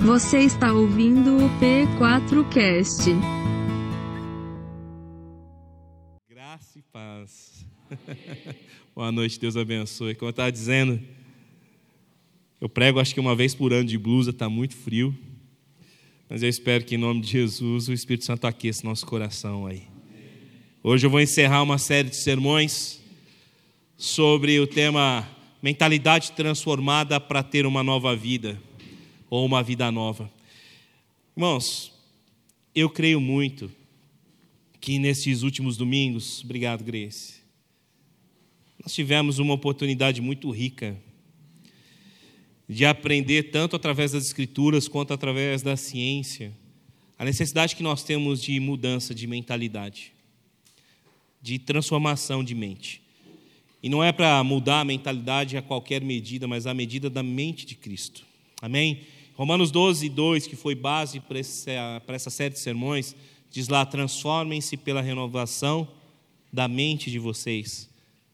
Você está ouvindo o P4Cast. Graça e paz. Boa noite, Deus abençoe. Como eu estava dizendo, eu prego acho que uma vez por ano de blusa, está muito frio. Mas eu espero que em nome de Jesus o Espírito Santo aqueça nosso coração aí. Hoje eu vou encerrar uma série de sermões sobre o tema mentalidade transformada para ter uma nova vida, ou uma vida nova. Irmãos, eu creio muito que nesses últimos domingos, obrigado Grace, nós tivemos uma oportunidade muito rica de aprender tanto através das Escrituras quanto através da ciência a necessidade que nós temos de mudança de mentalidade, de transformação de mente. E não é para mudar a mentalidade a qualquer medida, mas a medida da mente de Cristo. Amém? Romanos 12, 2, que foi base para essa série de sermões, diz lá: transformem-se pela renovação da mente de vocês.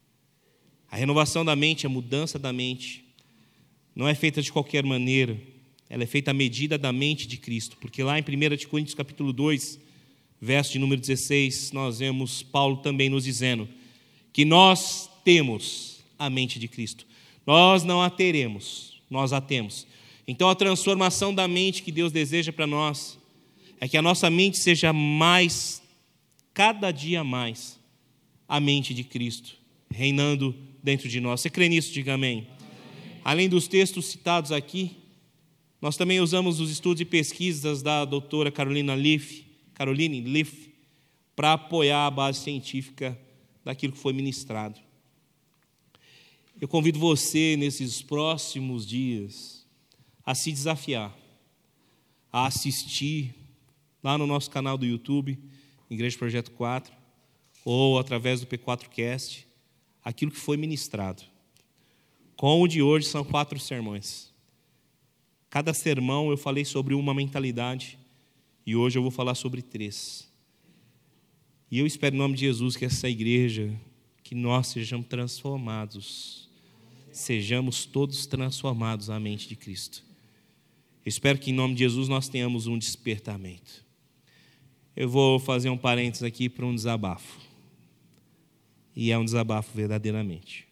A renovação da mente, a mudança da mente, não é feita de qualquer maneira, ela é feita à medida da mente de Cristo, porque lá em 1 Coríntios capítulo 2, verso de número 16, nós vemos Paulo também nos dizendo que nós temos a mente de Cristo. Nós não a teremos, nós a temos. Então a transformação da mente que Deus deseja para nós é que a nossa mente seja mais, cada dia mais, a mente de Cristo, reinando dentro de nós. Você crê nisso? Diga amém. Além dos textos citados aqui, nós também usamos os estudos e pesquisas da doutora Caroline Leaf, para apoiar a base científica daquilo que foi ministrado. Eu convido você, nesses próximos dias, a se desafiar, a assistir lá no nosso canal do YouTube, Igreja Projeto 4, ou através do P4Cast, aquilo que foi ministrado. Com o de hoje são 4 sermões. Cada sermão eu falei sobre uma mentalidade, e hoje eu vou falar sobre 3. E eu espero em nome de Jesus que essa igreja, que nós sejamos transformados, sejamos todos transformados à mente de Cristo. Eu espero que em nome de Jesus nós tenhamos um despertamento. Eu vou fazer um parênteses aqui para um desabafo. E é um desabafo verdadeiramente.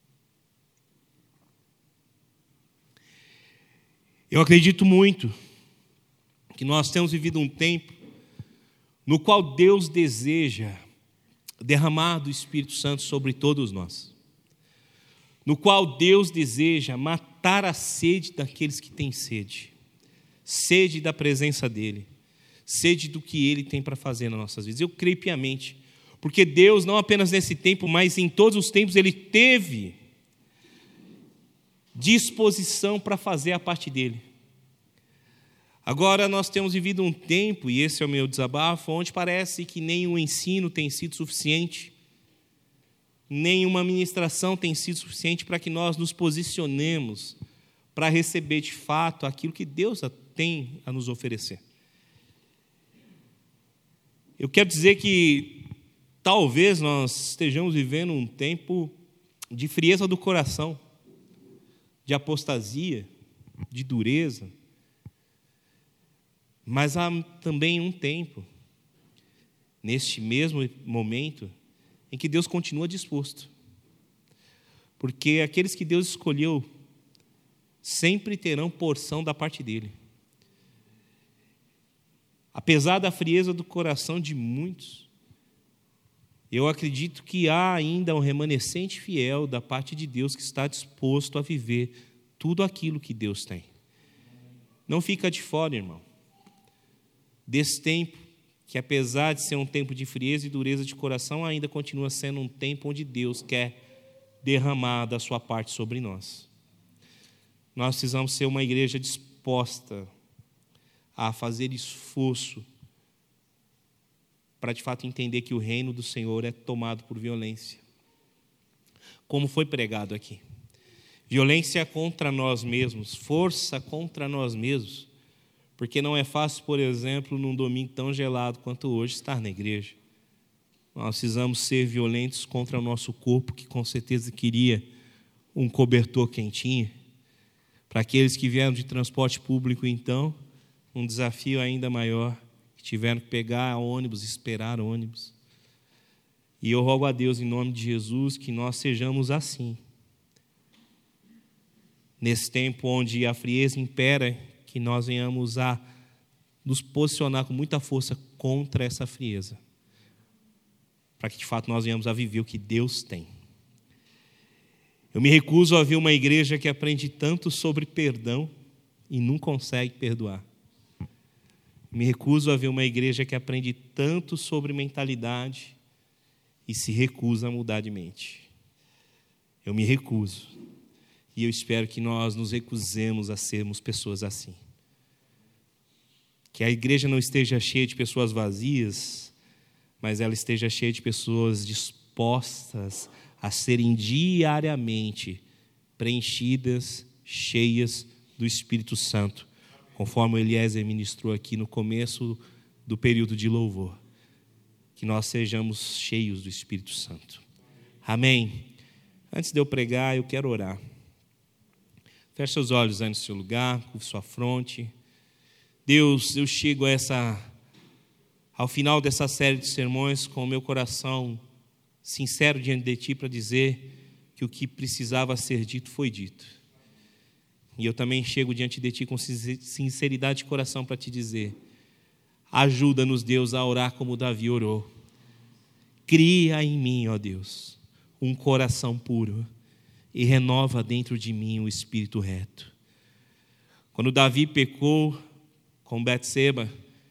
Eu acredito muito que nós temos vivido um tempo no qual Deus deseja derramar do Espírito Santo sobre todos nós. No qual Deus deseja matar a sede daqueles que têm sede. Sede da presença dEle. Sede do que Ele tem para fazer nas nossas vidas. Eu creio piamente, porque Deus, não apenas nesse tempo, mas em todos os tempos, Ele teve disposição para fazer a parte dEle. Agora nós temos vivido um tempo, e esse é o meu desabafo, onde parece que nem o ensino tem sido suficiente, nenhuma ministração tem sido suficiente para que nós nos posicionemos para receber de fato aquilo que Deus tem a nos oferecer. Eu quero dizer que talvez nós estejamos vivendo um tempo de frieza do coração, de apostasia, de dureza, mas há também um tempo, neste mesmo momento, em que Deus continua disposto. Porque aqueles que Deus escolheu sempre terão porção da parte dEle. Apesar da frieza do coração de muitos, eu acredito que há ainda um remanescente fiel da parte de Deus que está disposto a viver tudo aquilo que Deus tem. Não fica de fora, irmão, desse tempo, que apesar de ser um tempo de frieza e dureza de coração, ainda continua sendo um tempo onde Deus quer derramar da sua parte sobre nós. Nós precisamos ser uma igreja disposta a fazer esforço para de fato entender que o reino do Senhor é tomado por violência. Como foi pregado aqui. Violência contra nós mesmos, força contra nós mesmos. Porque não é fácil, por exemplo, num domingo tão gelado quanto hoje, estar na igreja. Nós precisamos ser violentos contra o nosso corpo, que com certeza queria um cobertor quentinho. Para aqueles que vieram de transporte público, então, um desafio ainda maior, que tiveram que pegar ônibus, esperar ônibus. E eu rogo a Deus, em nome de Jesus, que nós sejamos assim. Nesse tempo onde a frieza impera, que nós venhamos a nos posicionar com muita força contra essa frieza, para que de fato nós venhamos a viver o que Deus tem. Eu me recuso a ver uma igreja que aprende tanto sobre perdão e não consegue perdoar. Me recuso a ver uma igreja que aprende tanto sobre mentalidade e se recusa a mudar de mente. Eu me recuso. E eu espero que nós nos recusemos a sermos pessoas assim. Que a igreja não esteja cheia de pessoas vazias, mas ela esteja cheia de pessoas dispostas a serem diariamente preenchidas, cheias do Espírito Santo, conforme o Eliezer ministrou aqui no começo do período de louvor. Que nós sejamos cheios do Espírito Santo. Amém? Antes de eu pregar, eu quero orar. Feche seus olhos aí no seu lugar, curve sua fronte. Deus, eu chego ao final dessa série de sermões com o meu coração sincero diante de Ti para dizer que o que precisava ser dito foi dito. E eu também chego diante de Ti com sinceridade de coração para Te dizer: ajuda-nos, Deus, a orar como Davi orou. Cria em mim, ó Deus, um coração puro e renova dentro de mim um espírito reto. Quando Davi pecou com Betseba,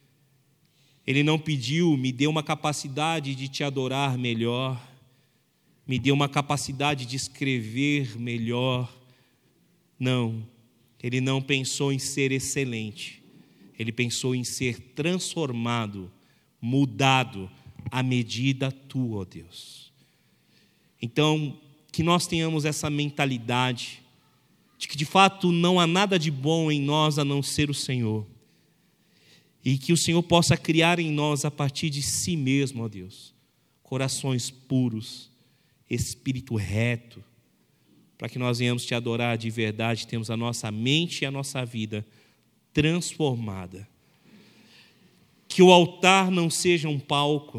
ele não pediu: me dê uma capacidade de te adorar melhor, me dê uma capacidade de escrever melhor. Não, ele não pensou em ser excelente, ele pensou em ser transformado, mudado à medida tua, ó Deus. Então, que nós tenhamos essa mentalidade de que de fato não há nada de bom em nós a não ser o Senhor. E que o Senhor possa criar em nós, a partir de si mesmo, ó Deus, corações puros, espírito reto, para que nós venhamos te adorar de verdade, temos a nossa mente e a nossa vida transformada. Que o altar não seja um palco,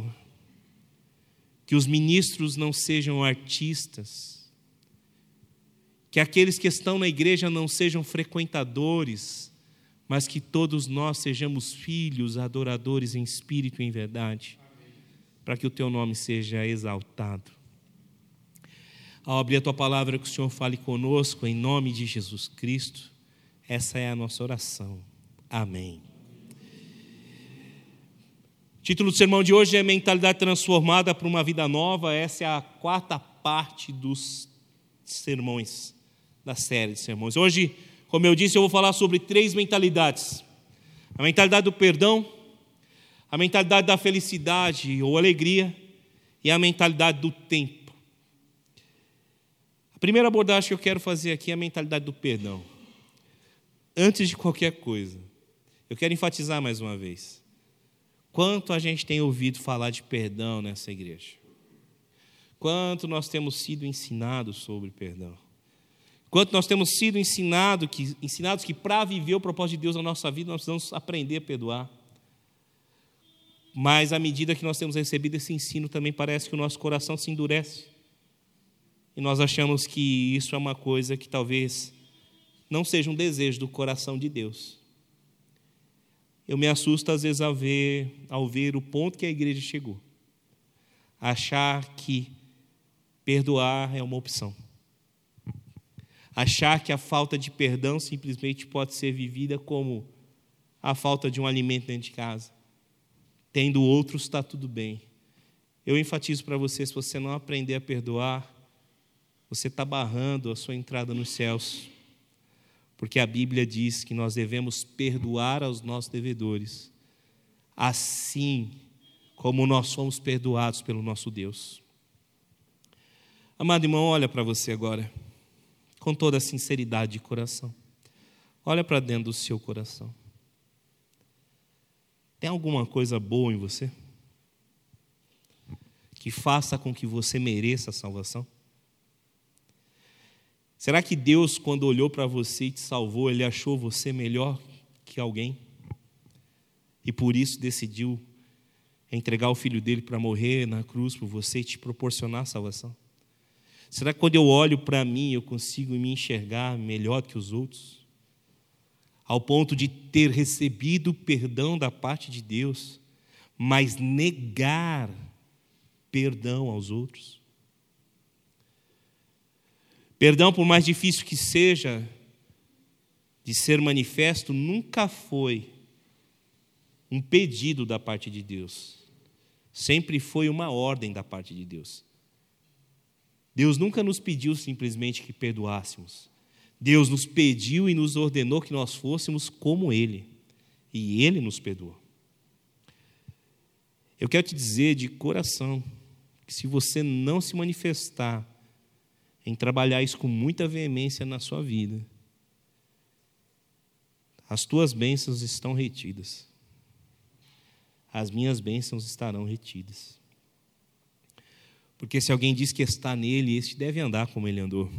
que os ministros não sejam artistas, que aqueles que estão na igreja não sejam frequentadores, mas que todos nós sejamos filhos, adoradores em espírito e em verdade, para que o Teu nome seja exaltado. Ao abrir a Tua palavra, que o Senhor fale conosco, em nome de Jesus Cristo. Essa é a nossa oração. Amém. O título do sermão de hoje é Mentalidade Transformada para uma Vida Nova. Essa é a quarta parte dos sermões, da série de sermões. Hoje, como eu disse, eu vou falar sobre 3 mentalidades: a mentalidade do perdão, a mentalidade da felicidade ou alegria e a mentalidade do tempo. A primeira abordagem que eu quero fazer aqui é a mentalidade do perdão. Antes de qualquer coisa, eu quero enfatizar mais uma vez: quanto a gente tem ouvido falar de perdão nessa igreja, quanto nós temos sido ensinados sobre perdão. Quanto nós temos sido ensinados que para viver o propósito de Deus na nossa vida, nós precisamos aprender a perdoar. Mas à medida que nós temos recebido esse ensino, também parece que o nosso coração se endurece. E nós achamos que isso é uma coisa que talvez não seja um desejo do coração de Deus. Eu me assusto às vezes ao ver o ponto que a igreja chegou. Achar que perdoar é uma opção. Achar que a falta de perdão simplesmente pode ser vivida como a falta de um alimento dentro de casa. Tendo outros, está tudo bem. Eu enfatizo para você: se você não aprender a perdoar, você está barrando a sua entrada nos céus. Porque a Bíblia diz que nós devemos perdoar aos nossos devedores, assim como nós somos perdoados pelo nosso Deus. Amado irmão, olha para você agora, com toda a sinceridade de coração. Olha para dentro do seu coração. Tem alguma coisa boa em você que faça com que você mereça a salvação? Será que Deus, quando olhou para você e te salvou, Ele achou você melhor que alguém? e por isso decidiu entregar o Filho dele para morrer na cruz por você e te proporcionar a salvação? Será que quando eu olho para mim eu consigo me enxergar melhor que os outros? Ao ponto de ter recebido perdão da parte de Deus, mas negar perdão aos outros? Perdão, por mais difícil que seja de ser manifesto, nunca foi um pedido da parte de Deus. Sempre foi uma ordem da parte de Deus. Deus nunca nos pediu simplesmente que perdoássemos. Deus nos pediu e nos ordenou que nós fôssemos como Ele. E Ele nos perdoou. Eu quero te dizer de coração que se você não se manifestar em trabalhar isso com muita veemência na sua vida, as tuas bênçãos estão retidas. As minhas bênçãos estarão retidas. Porque se alguém diz que está nele, este deve andar como ele andou.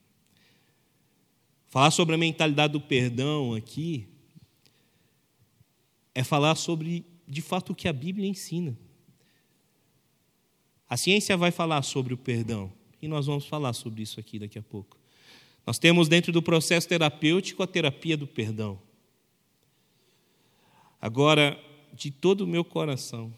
Falar sobre a mentalidade do perdão aqui é falar sobre, de fato, o que a Bíblia ensina. A ciência vai falar sobre o perdão, e nós vamos falar sobre isso aqui daqui a pouco. Nós temos dentro do processo terapêutico a terapia do perdão. Agora, de todo o meu coração,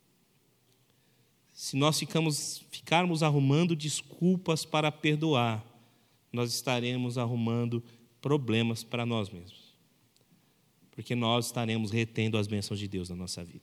se nós ficarmos arrumando desculpas para perdoar, nós estaremos arrumando problemas para nós mesmos. Porque nós estaremos retendo as bênçãos de Deus na nossa vida.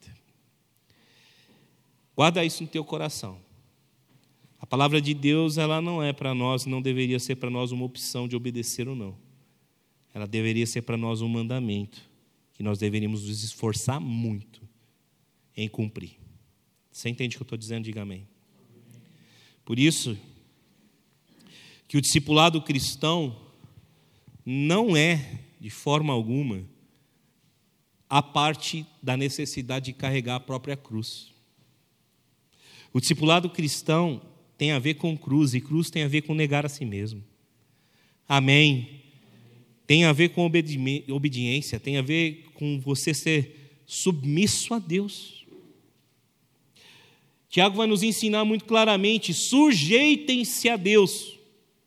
Guarda isso no teu coração. A palavra de Deus, ela não é para nós, não deveria ser para nós uma opção de obedecer ou não. Ela deveria ser para nós um mandamento, que nós deveríamos nos esforçar muito em cumprir. Você entende o que eu estou dizendo? Diga amém. Por isso, que o discipulado cristão não é, de forma alguma, a parte da necessidade de carregar a própria cruz. O discipulado cristão tem a ver com cruz, e cruz tem a ver com negar a si mesmo. Amém? Tem a ver com obediência, tem a ver com você ser submisso a Deus. Tiago vai nos ensinar muito claramente: sujeitem-se a Deus.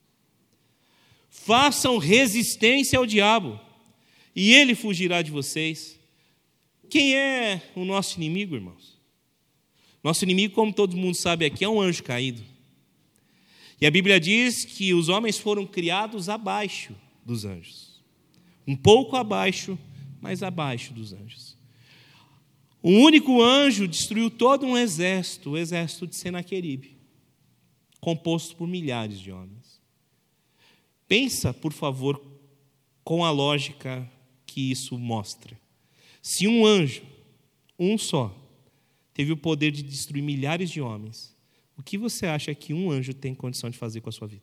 Façam resistência ao diabo, e ele fugirá de vocês. Quem é o nosso inimigo, irmãos? Nosso inimigo, como todo mundo sabe aqui, é um anjo caído. E a Bíblia diz que os homens foram criados abaixo dos anjos. Um pouco abaixo, mas abaixo dos anjos. Um único anjo destruiu todo um exército, o exército de Senaqueribe, composto por milhares de homens. Pensa, por favor, com a lógica que isso mostra. Se um anjo, um só, teve o poder de destruir milhares de homens, o que você acha que um anjo tem condição de fazer com a sua vida?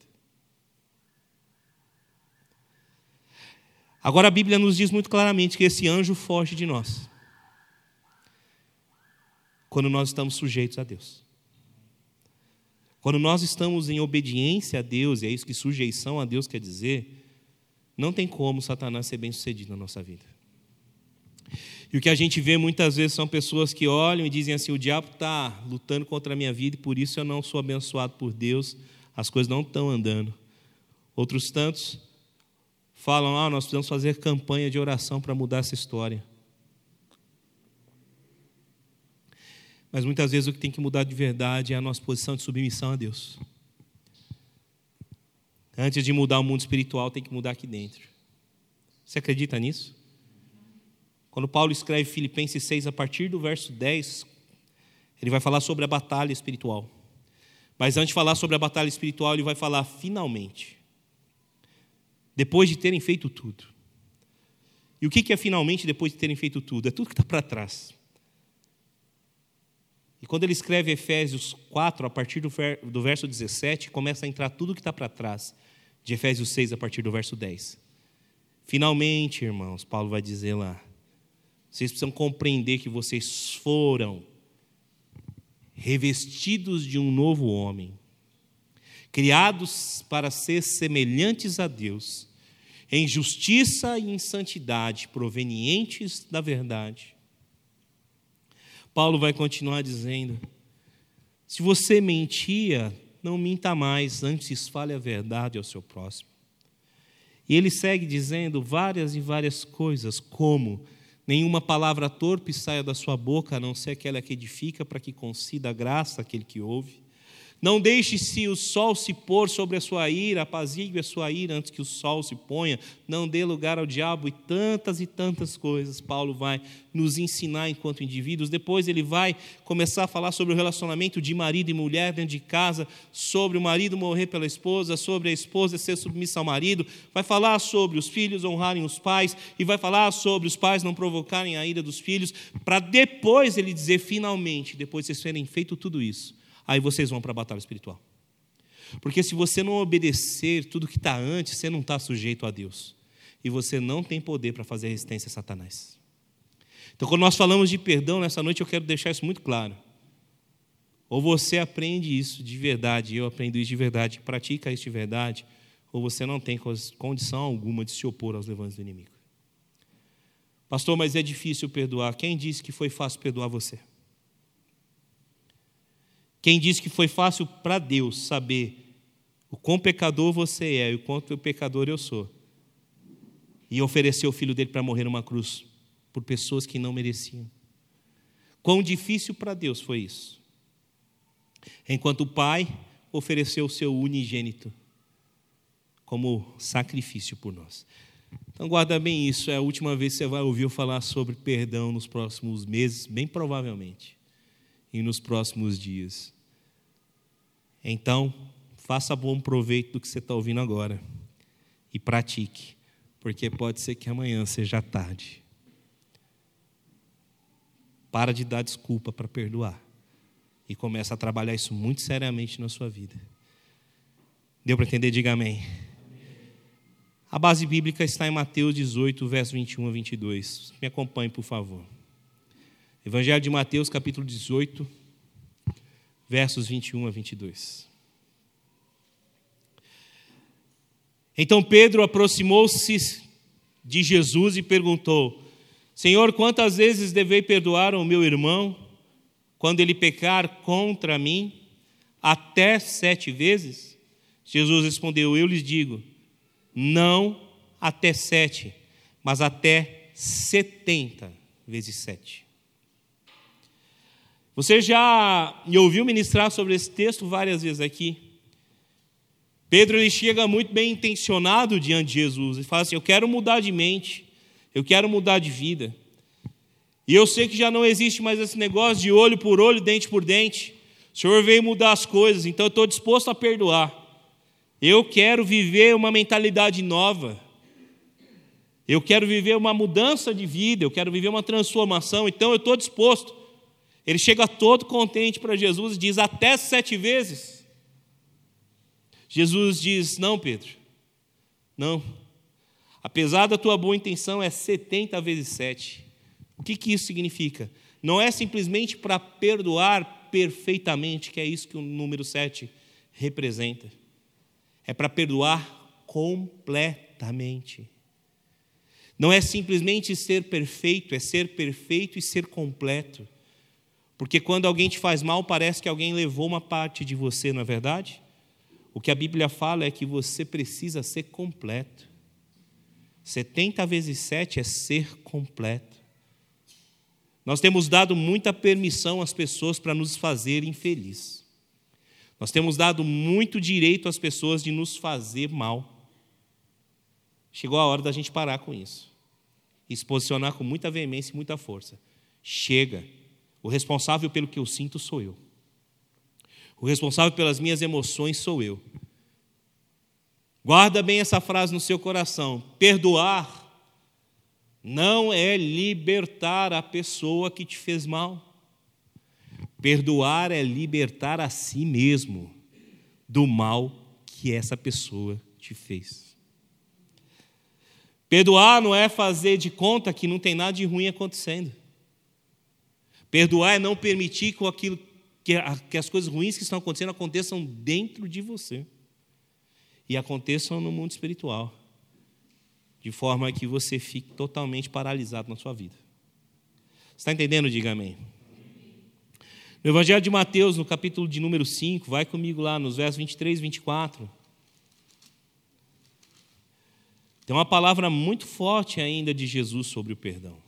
Agora a Bíblia nos diz muito claramente que esse anjo foge de nós quando nós estamos sujeitos a Deus. Quando nós estamos em obediência a Deus, e é isso que sujeição a Deus quer dizer, não tem como Satanás ser bem-sucedido na nossa vida. E o que a gente vê muitas vezes são pessoas que olham e dizem assim: o diabo está lutando contra a minha vida e por isso eu não sou abençoado por Deus, as coisas não estão andando. Outros tantos falam: nós precisamos fazer campanha de oração para mudar essa história. Mas muitas vezes o que tem que mudar de verdade é a nossa posição de submissão a Deus. Antes de mudar o mundo espiritual, tem que mudar aqui dentro. Você acredita nisso? Quando Paulo escreve Filipenses 6, a partir do verso 10, ele vai falar sobre a batalha espiritual. Mas antes de falar sobre a batalha espiritual, ele vai falar finalmente. Depois de terem feito tudo. E o que é finalmente depois de terem feito tudo? É tudo que está para trás. E quando ele escreve Efésios 4, a partir do verso 17, começa a entrar tudo que está para trás de Efésios 6, a partir do verso 10. Finalmente, irmãos, Paulo vai dizer lá, vocês precisam compreender que vocês foram revestidos de um novo homem, criados para ser semelhantes a Deus, em justiça e em santidade, provenientes da verdade. Paulo vai continuar dizendo: se você mentia, não minta mais, antes fale a verdade ao seu próximo. E ele segue dizendo várias e várias coisas, como: nenhuma palavra torpe saia da sua boca, a não ser aquela que edifica, para que conceda graça àquele que ouve. Não deixe-se o sol se pôr sobre a sua ira, apazigue a sua ira antes que o sol se ponha, não dê lugar ao diabo, e tantas coisas Paulo vai nos ensinar enquanto indivíduos. Depois ele vai começar a falar sobre o relacionamento de marido e mulher dentro de casa, sobre o marido morrer pela esposa, sobre a esposa ser submissa ao marido, vai falar sobre os filhos honrarem os pais, e vai falar sobre os pais não provocarem a ira dos filhos, para depois ele dizer, finalmente, depois de vocês terem feito tudo isso, aí vocês vão para a batalha espiritual. Porque se você não obedecer tudo que está antes, você não está sujeito a Deus. E você não tem poder para fazer resistência a Satanás. Então, quando nós falamos de perdão, nessa noite eu quero deixar isso muito claro. Ou você aprende isso de verdade, eu aprendo isso de verdade, pratica isso de verdade, ou você não tem condição alguma de se opor aos levantes do inimigo. Pastor, mas é difícil perdoar. Quem disse que foi fácil perdoar você? Quem disse que foi fácil para Deus saber o quão pecador você é e o quanto pecador eu sou, e ofereceu o filho dele para morrer numa cruz por pessoas que não mereciam? Quão difícil para Deus foi isso? Enquanto o Pai ofereceu o seu unigênito como sacrifício por nós. Então guarda bem isso, é a última vez que você vai ouvir eu falar sobre perdão nos próximos meses, bem provavelmente, e nos próximos dias. Então, faça bom proveito do que você está ouvindo agora e pratique, porque pode ser que amanhã seja tarde. Para de dar desculpa para perdoar e começa a trabalhar isso muito seriamente na sua vida. Deu para entender? Diga amém. A base bíblica está em Mateus 18, versos 21 a 22. Me acompanhe, por favor. Evangelho de Mateus, capítulo 18, versos 21 a 22. Então Pedro aproximou-se de Jesus e perguntou: Senhor, quantas vezes devei perdoar ao meu irmão quando ele pecar contra mim? Até 7 vezes? Jesus respondeu: eu lhes digo, não até 7, mas até 70 vezes 7. Você já me ouviu ministrar sobre esse texto várias vezes aqui. Pedro ele chega muito bem intencionado diante de Jesus. Ele fala assim: eu quero mudar de mente, eu quero mudar de vida. E eu sei que já não existe mais esse negócio de olho por olho, dente por dente. O Senhor veio mudar as coisas, então eu estou disposto a perdoar. Eu quero viver uma mentalidade nova. Eu quero viver uma mudança de vida, eu quero viver uma transformação, então eu estou disposto. Ele chega todo contente para Jesus e diz: até 7 vezes. Jesus diz: não, Pedro, não. Apesar da tua boa intenção, é 70 vezes 7. O que isso significa? Não é simplesmente para perdoar perfeitamente, que é isso que o número 7 representa. É para perdoar completamente. Não é simplesmente ser perfeito, é ser perfeito e ser completo. Porque quando alguém te faz mal, parece que alguém levou uma parte de você, não é verdade? O que a Bíblia fala é que você precisa ser completo. 70 vezes 7 é ser completo. Nós temos dado muita permissão às pessoas para nos fazer infelizes. Nós temos dado muito direito às pessoas de nos fazer mal. Chegou a hora da gente parar com isso. E se posicionar com muita veemência e muita força. Chega. O responsável pelo que eu sinto sou eu. O responsável pelas minhas emoções sou eu. Guarda bem essa frase no seu coração. Perdoar não é libertar a pessoa que te fez mal. Perdoar é libertar a si mesmo do mal que essa pessoa te fez. Perdoar não é fazer de conta que não tem nada de ruim acontecendo. Perdoar é não permitir que as coisas ruins que estão acontecendo aconteçam dentro de você e aconteçam no mundo espiritual, de forma que você fique totalmente paralisado na sua vida. Você está entendendo? Diga amém. No Evangelho de Mateus, no capítulo de número 5, vai comigo lá, nos versos 23 e 24. Tem uma palavra muito forte ainda de Jesus sobre o perdão.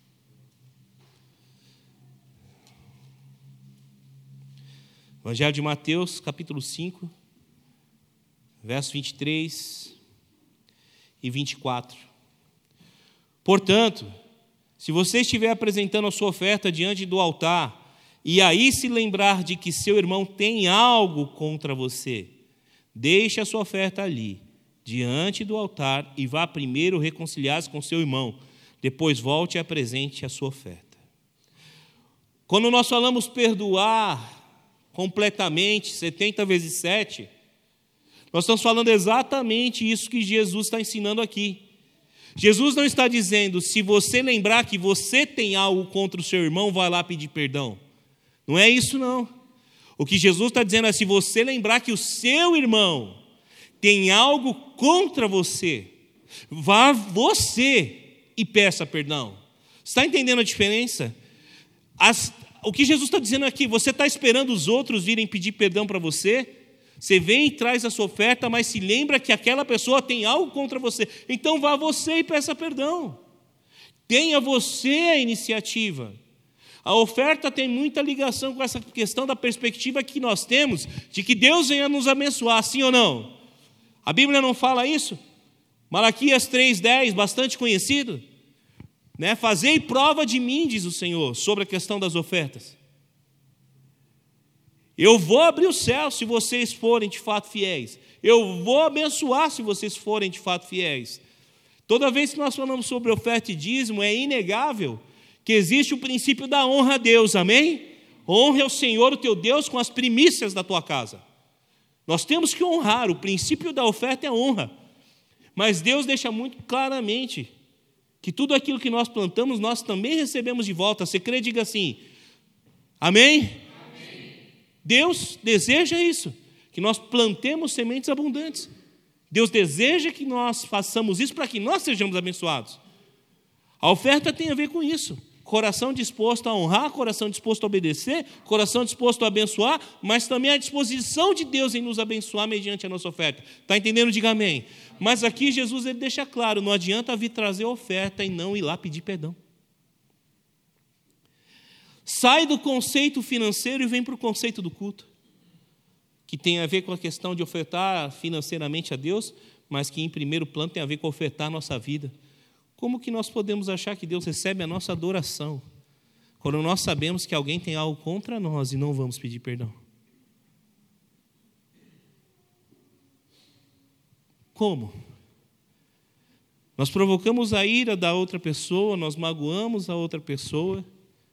Evangelho de Mateus, capítulo 5, versos 23 e 24. Portanto, se você estiver apresentando a sua oferta diante do altar, e aí se lembrar de que seu irmão tem algo contra você, deixe a sua oferta ali, diante do altar, e vá primeiro reconciliar-se com seu irmão, depois volte e apresente a sua oferta. Quando nós falamos perdoar completamente, 70 vezes 7, nós estamos falando exatamente isso que Jesus está ensinando aqui. Jesus não está dizendo, se você lembrar que você tem algo contra o seu irmão, vai lá pedir perdão. Não é isso, não. O que Jesus está dizendo é, se você lembrar que o seu irmão tem algo contra você, vá você e peça perdão. Você está entendendo a diferença? O que Jesus está dizendo aqui, você está esperando os outros virem pedir perdão para você? Você vem e traz a sua oferta, mas se lembra que aquela pessoa tem algo contra você. Então vá você e peça perdão. Tenha você a iniciativa. A oferta tem muita ligação com essa questão da perspectiva que nós temos de que Deus venha nos abençoar, sim ou não? A Bíblia não fala isso? Malaquias 3,10, bastante conhecido. Fazei prova de mim, diz o Senhor, sobre a questão das ofertas. Eu vou abrir o céu se vocês forem de fato fiéis. Eu vou abençoar se vocês forem de fato fiéis. Toda vez que nós falamos sobre oferta e dízimo, é inegável que existe o princípio da honra a Deus, amém? Honre ao Senhor, o teu Deus, com as primícias da tua casa. Nós temos que honrar, o princípio da oferta é a honra. Mas Deus deixa muito claramente que tudo aquilo que nós plantamos, nós também recebemos de volta. Você crê? Diga assim, amém? Amém. Deus deseja isso, que nós plantemos sementes abundantes. Deus deseja que nós façamos isso para que nós sejamos abençoados. A oferta tem a ver com isso. Coração disposto a honrar, coração disposto a obedecer, coração disposto a abençoar, mas também a disposição de Deus em nos abençoar mediante a nossa oferta. Está entendendo? Diga amém. Mas aqui Jesus ele deixa claro, não adianta vir trazer oferta e não ir lá pedir perdão. Sai do conceito financeiro e vem para o conceito do culto, que tem a ver com a questão de ofertar financeiramente a Deus, mas que em primeiro plano tem a ver com ofertar a nossa vida. Como que nós podemos achar que Deus recebe a nossa adoração quando nós sabemos que alguém tem algo contra nós e não vamos pedir perdão? Como? Nós provocamos a ira da outra pessoa, nós magoamos a outra pessoa.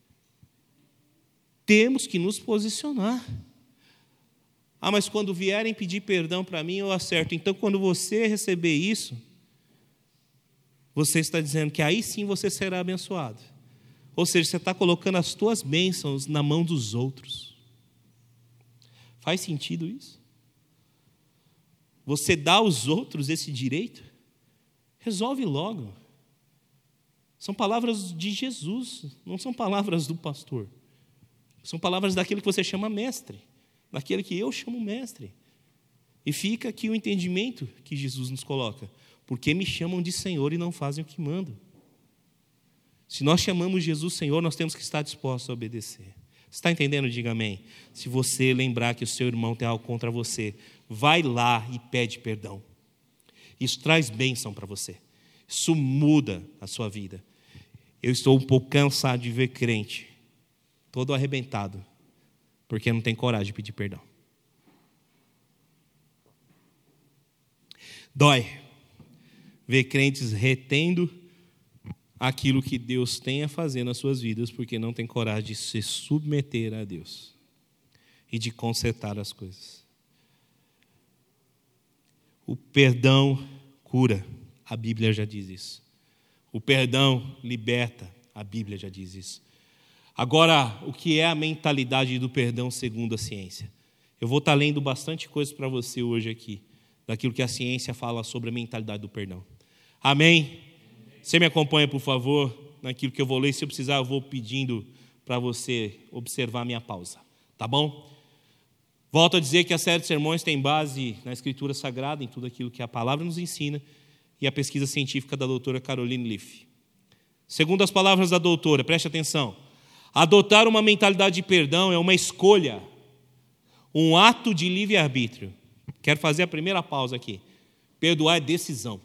Temos que nos posicionar. Mas quando vierem pedir perdão para mim, eu acerto. Então, quando você receber isso, você está dizendo que aí sim você será abençoado. Ou seja, você está colocando as tuas bênçãos na mão dos outros. Faz sentido isso? Você dá aos outros esse direito? Resolve logo. São palavras de Jesus, não são palavras do pastor. São palavras daquele que você chama mestre, daquele que eu chamo mestre. E fica aqui o entendimento que Jesus nos coloca. Porque me chamam de Senhor e não fazem o que mando. Se nós chamamos Jesus Senhor, nós temos que estar dispostos a obedecer. Você está entendendo? Diga amém. Se você lembrar que o seu irmão tem algo contra você, vai lá e pede perdão. Isso traz bênção para você. Isso muda a sua vida. Eu estou um pouco cansado de ver crente todo arrebentado, porque não tem coragem de pedir perdão. Dói ver crentes retendo aquilo que Deus tem a fazer nas suas vidas, porque não tem coragem de se submeter a Deus e de consertar as coisas. O perdão cura, a Bíblia já diz isso. O perdão liberta, a Bíblia já diz isso. Agora, o que é a mentalidade do perdão segundo a ciência? Eu vou estar lendo bastante coisa para você hoje aqui, daquilo que a ciência fala sobre a mentalidade do perdão. Amém? Você me acompanha, por favor, naquilo que eu vou ler. Se eu precisar, eu vou pedindo para você observar a minha pausa. Tá bom? Volto a dizer que a série de sermões tem base na Escritura Sagrada, em tudo aquilo que a palavra nos ensina, e a pesquisa científica da doutora Caroline Leaf. Segundo as palavras da doutora, preste atenção, adotar uma mentalidade de perdão é uma escolha, um ato de livre-arbítrio. Quero fazer a primeira pausa aqui. Perdoar é decisão.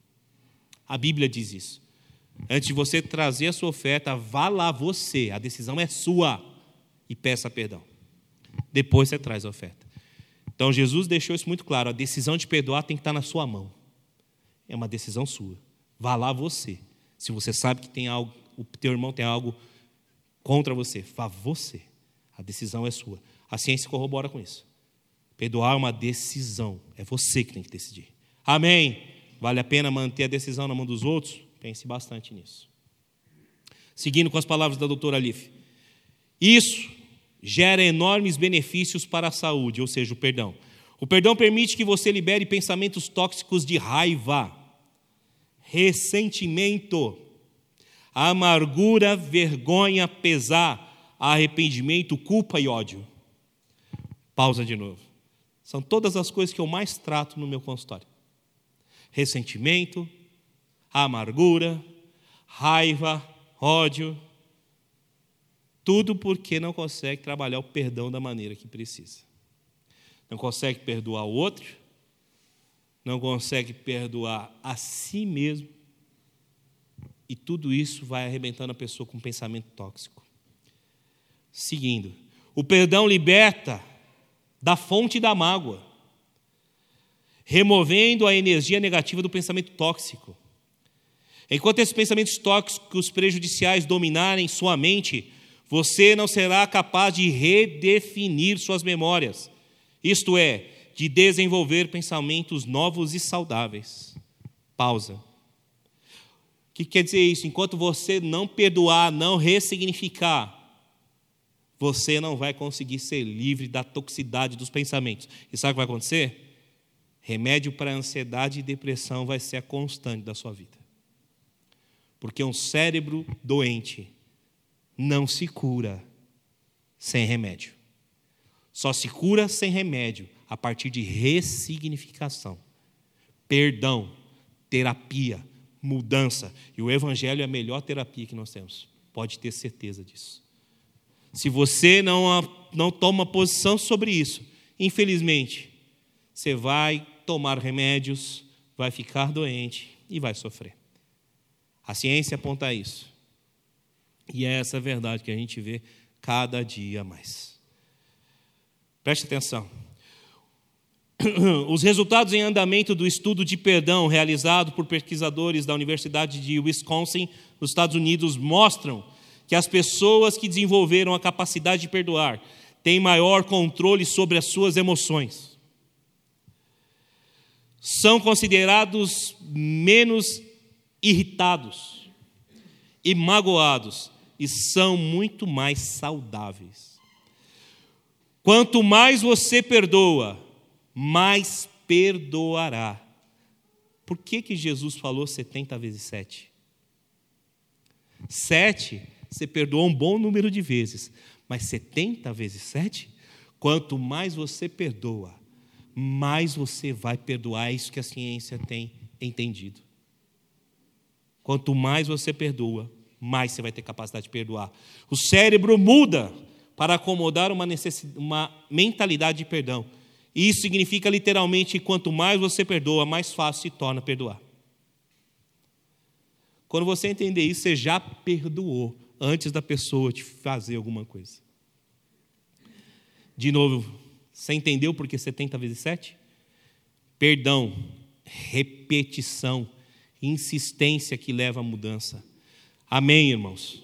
A Bíblia diz isso. Antes de você trazer a sua oferta, vá lá você, a decisão é sua, e peça perdão. Depois você traz a oferta. Então Jesus deixou isso muito claro, a decisão de perdoar tem que estar na sua mão. É uma decisão sua. Vá lá você. Se você sabe que tem algo, o teu irmão tem algo contra você, vá você. A decisão é sua. A ciência corrobora com isso. Perdoar é uma decisão. É você que tem que decidir. Amém? Vale a pena manter a decisão na mão dos outros? Pense bastante nisso. Seguindo com as palavras da doutora Leaf. Isso gera enormes benefícios para a saúde, ou seja, o perdão. O perdão permite que você libere pensamentos tóxicos de raiva, ressentimento, amargura, vergonha, pesar, arrependimento, culpa e ódio. Pausa de novo. São todas as coisas que eu mais trato no meu consultório. Ressentimento, amargura, raiva, ódio. Tudo porque não consegue trabalhar o perdão da maneira que precisa. Não consegue perdoar o outro, não consegue perdoar a si mesmo, e tudo isso vai arrebentando a pessoa com um pensamento tóxico. Seguindo, o perdão liberta da fonte da mágoa, removendo a energia negativa do pensamento tóxico. Enquanto esses pensamentos tóxicos prejudiciais dominarem sua mente, você não será capaz de redefinir suas memórias, isto é, de desenvolver pensamentos novos e saudáveis. Pausa. O que quer dizer isso? Enquanto você não perdoar, não ressignificar, você não vai conseguir ser livre da toxicidade dos pensamentos. E sabe o que vai acontecer? Remédio para ansiedade e depressão vai ser a constante da sua vida. Porque um cérebro doente não se cura sem remédio. Só se cura sem remédio a partir de ressignificação, perdão, terapia, mudança. E o Evangelho é a melhor terapia que nós temos. Pode ter certeza disso. Se você não toma posição sobre isso, infelizmente, você vai tomar remédios, vai ficar doente e vai sofrer. A ciência aponta isso. E é essa verdade que a gente vê cada dia mais. Preste atenção. Os resultados em andamento do estudo de perdão realizado por pesquisadores da Universidade de Wisconsin, nos Estados Unidos, mostram que as pessoas que desenvolveram a capacidade de perdoar têm maior controle sobre as suas emoções. São considerados menos irritados e magoados e são muito mais saudáveis. Quanto mais você perdoa, mais perdoará. Por que Jesus falou 70 vezes 7? 7, você perdoou um bom número de vezes, mas 70 vezes 7? Quanto mais você perdoa, mais você vai perdoar. É isso que a ciência tem entendido. Quanto mais você perdoa, mais você vai ter capacidade de perdoar. O cérebro muda para acomodar uma mentalidade de perdão. Isso significa literalmente que quanto mais você perdoa, mais fácil se torna perdoar. Quando você entender isso, você já perdoou antes da pessoa te fazer alguma coisa. De novo, você entendeu por que 70 vezes 7? Perdão, repetição, insistência que leva à mudança. Amém, irmãos?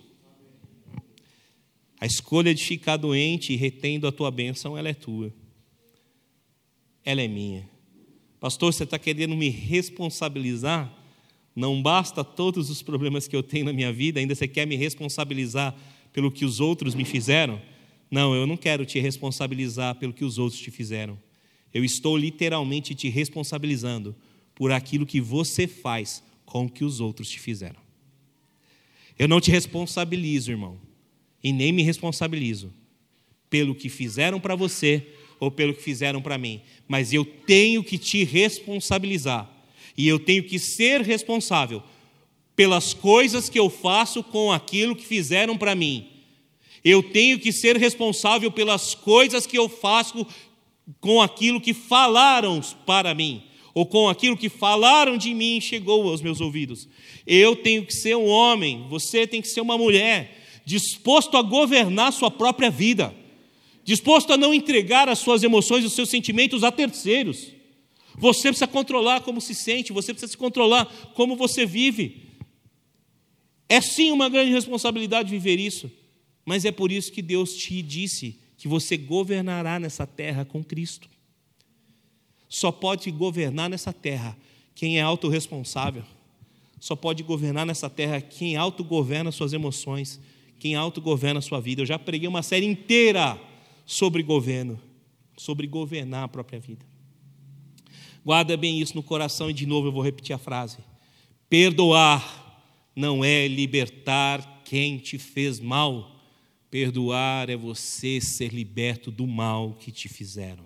A escolha de ficar doente e retendo a tua bênção, ela é tua. Ela é minha. Pastor, você está querendo me responsabilizar? Não basta todos os problemas que eu tenho na minha vida, ainda você quer me responsabilizar pelo que os outros me fizeram? Não, eu não quero te responsabilizar pelo que os outros te fizeram. Eu estou literalmente te responsabilizando por aquilo que você faz com o que os outros te fizeram. Eu não te responsabilizo, irmão, e nem me responsabilizo pelo que fizeram para você ou pelo que fizeram para mim, mas eu tenho que te responsabilizar, e eu tenho que ser responsável pelas coisas que eu faço com aquilo que fizeram para mim. Eu tenho que ser responsável pelas coisas que eu faço com aquilo que falaram para mim, ou com aquilo que falaram de mim e chegou aos meus ouvidos. Eu tenho que ser um homem, você tem que ser uma mulher, disposto a governar sua própria vida, disposto a não entregar as suas emoções e os seus sentimentos a terceiros. Você precisa controlar como se sente, você precisa se controlar como você vive. É sim uma grande responsabilidade viver isso, mas é por isso que Deus te disse que você governará nessa terra com Cristo. Só pode governar nessa terra quem é autorresponsável. Só pode governar nessa terra quem autogoverna suas emoções, quem autogoverna a sua vida. Eu já preguei uma série inteira sobre governo, sobre governar a própria vida. Guarda bem isso no coração e de novo eu vou repetir a frase. Perdoar não é libertar quem te fez mal. Perdoar é você ser liberto do mal que te fizeram.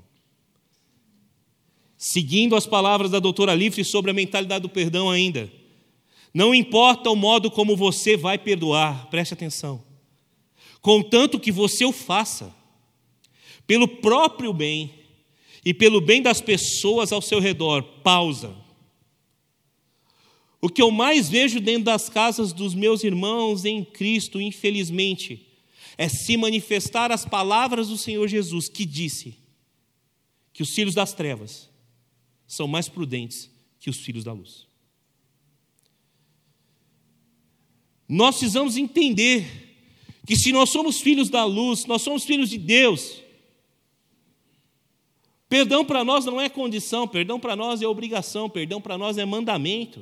Seguindo as palavras da doutora Livre sobre a mentalidade do perdão ainda, não importa o modo como você vai perdoar, preste atenção, contanto que você o faça, pelo próprio bem e pelo bem das pessoas ao seu redor. Pausa. O que eu mais vejo dentro das casas dos meus irmãos em Cristo, infelizmente, é se manifestar as palavras do Senhor Jesus, que disse que os filhos das trevas são mais prudentes que os filhos da luz. Nós precisamos entender que se nós somos filhos da luz, nós somos filhos de Deus. Perdão para nós não é condição, perdão para nós é obrigação, perdão para nós é mandamento.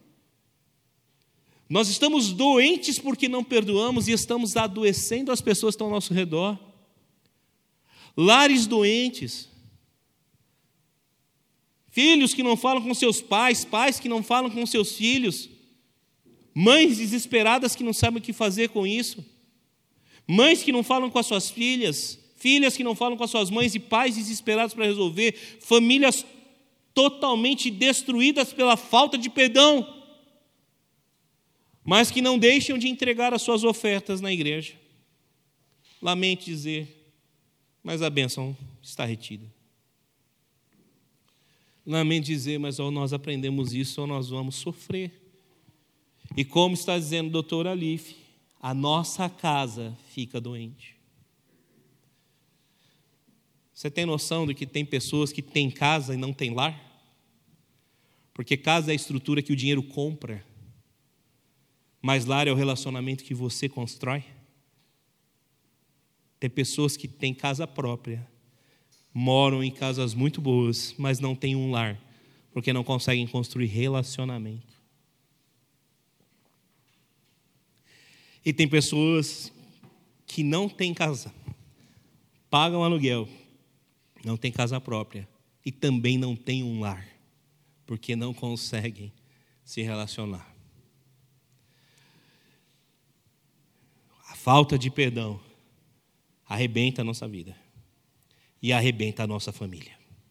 Nós estamos doentes porque não perdoamos e estamos adoecendo as pessoas que estão ao nosso redor. Lares doentes. Filhos que não falam com seus pais, pais que não falam com seus filhos. Mães desesperadas que não sabem o que fazer com isso. Mães que não falam com as suas filhas. Filhas que não falam com as suas mães e pais desesperados para resolver. Famílias totalmente destruídas pela falta de perdão, mas que não deixam de entregar as suas ofertas na igreja. Lamento dizer, mas a bênção está retida. Lamento dizer, mas ou nós aprendemos isso ou nós vamos sofrer. E como está dizendo o doutor Alife, a nossa casa fica doente. Você tem noção de que tem pessoas que têm casa e não têm lar? Porque casa é a estrutura que o dinheiro compra, mas lar é o relacionamento que você constrói. Tem pessoas que têm casa própria, moram em casas muito boas, mas não têm um lar, porque não conseguem construir relacionamento. E tem pessoas que não têm casa, pagam aluguel, não têm casa própria e também não têm um lar, porque não conseguem se relacionar. A falta de perdão arrebenta a nossa vida e arrebenta a nossa família.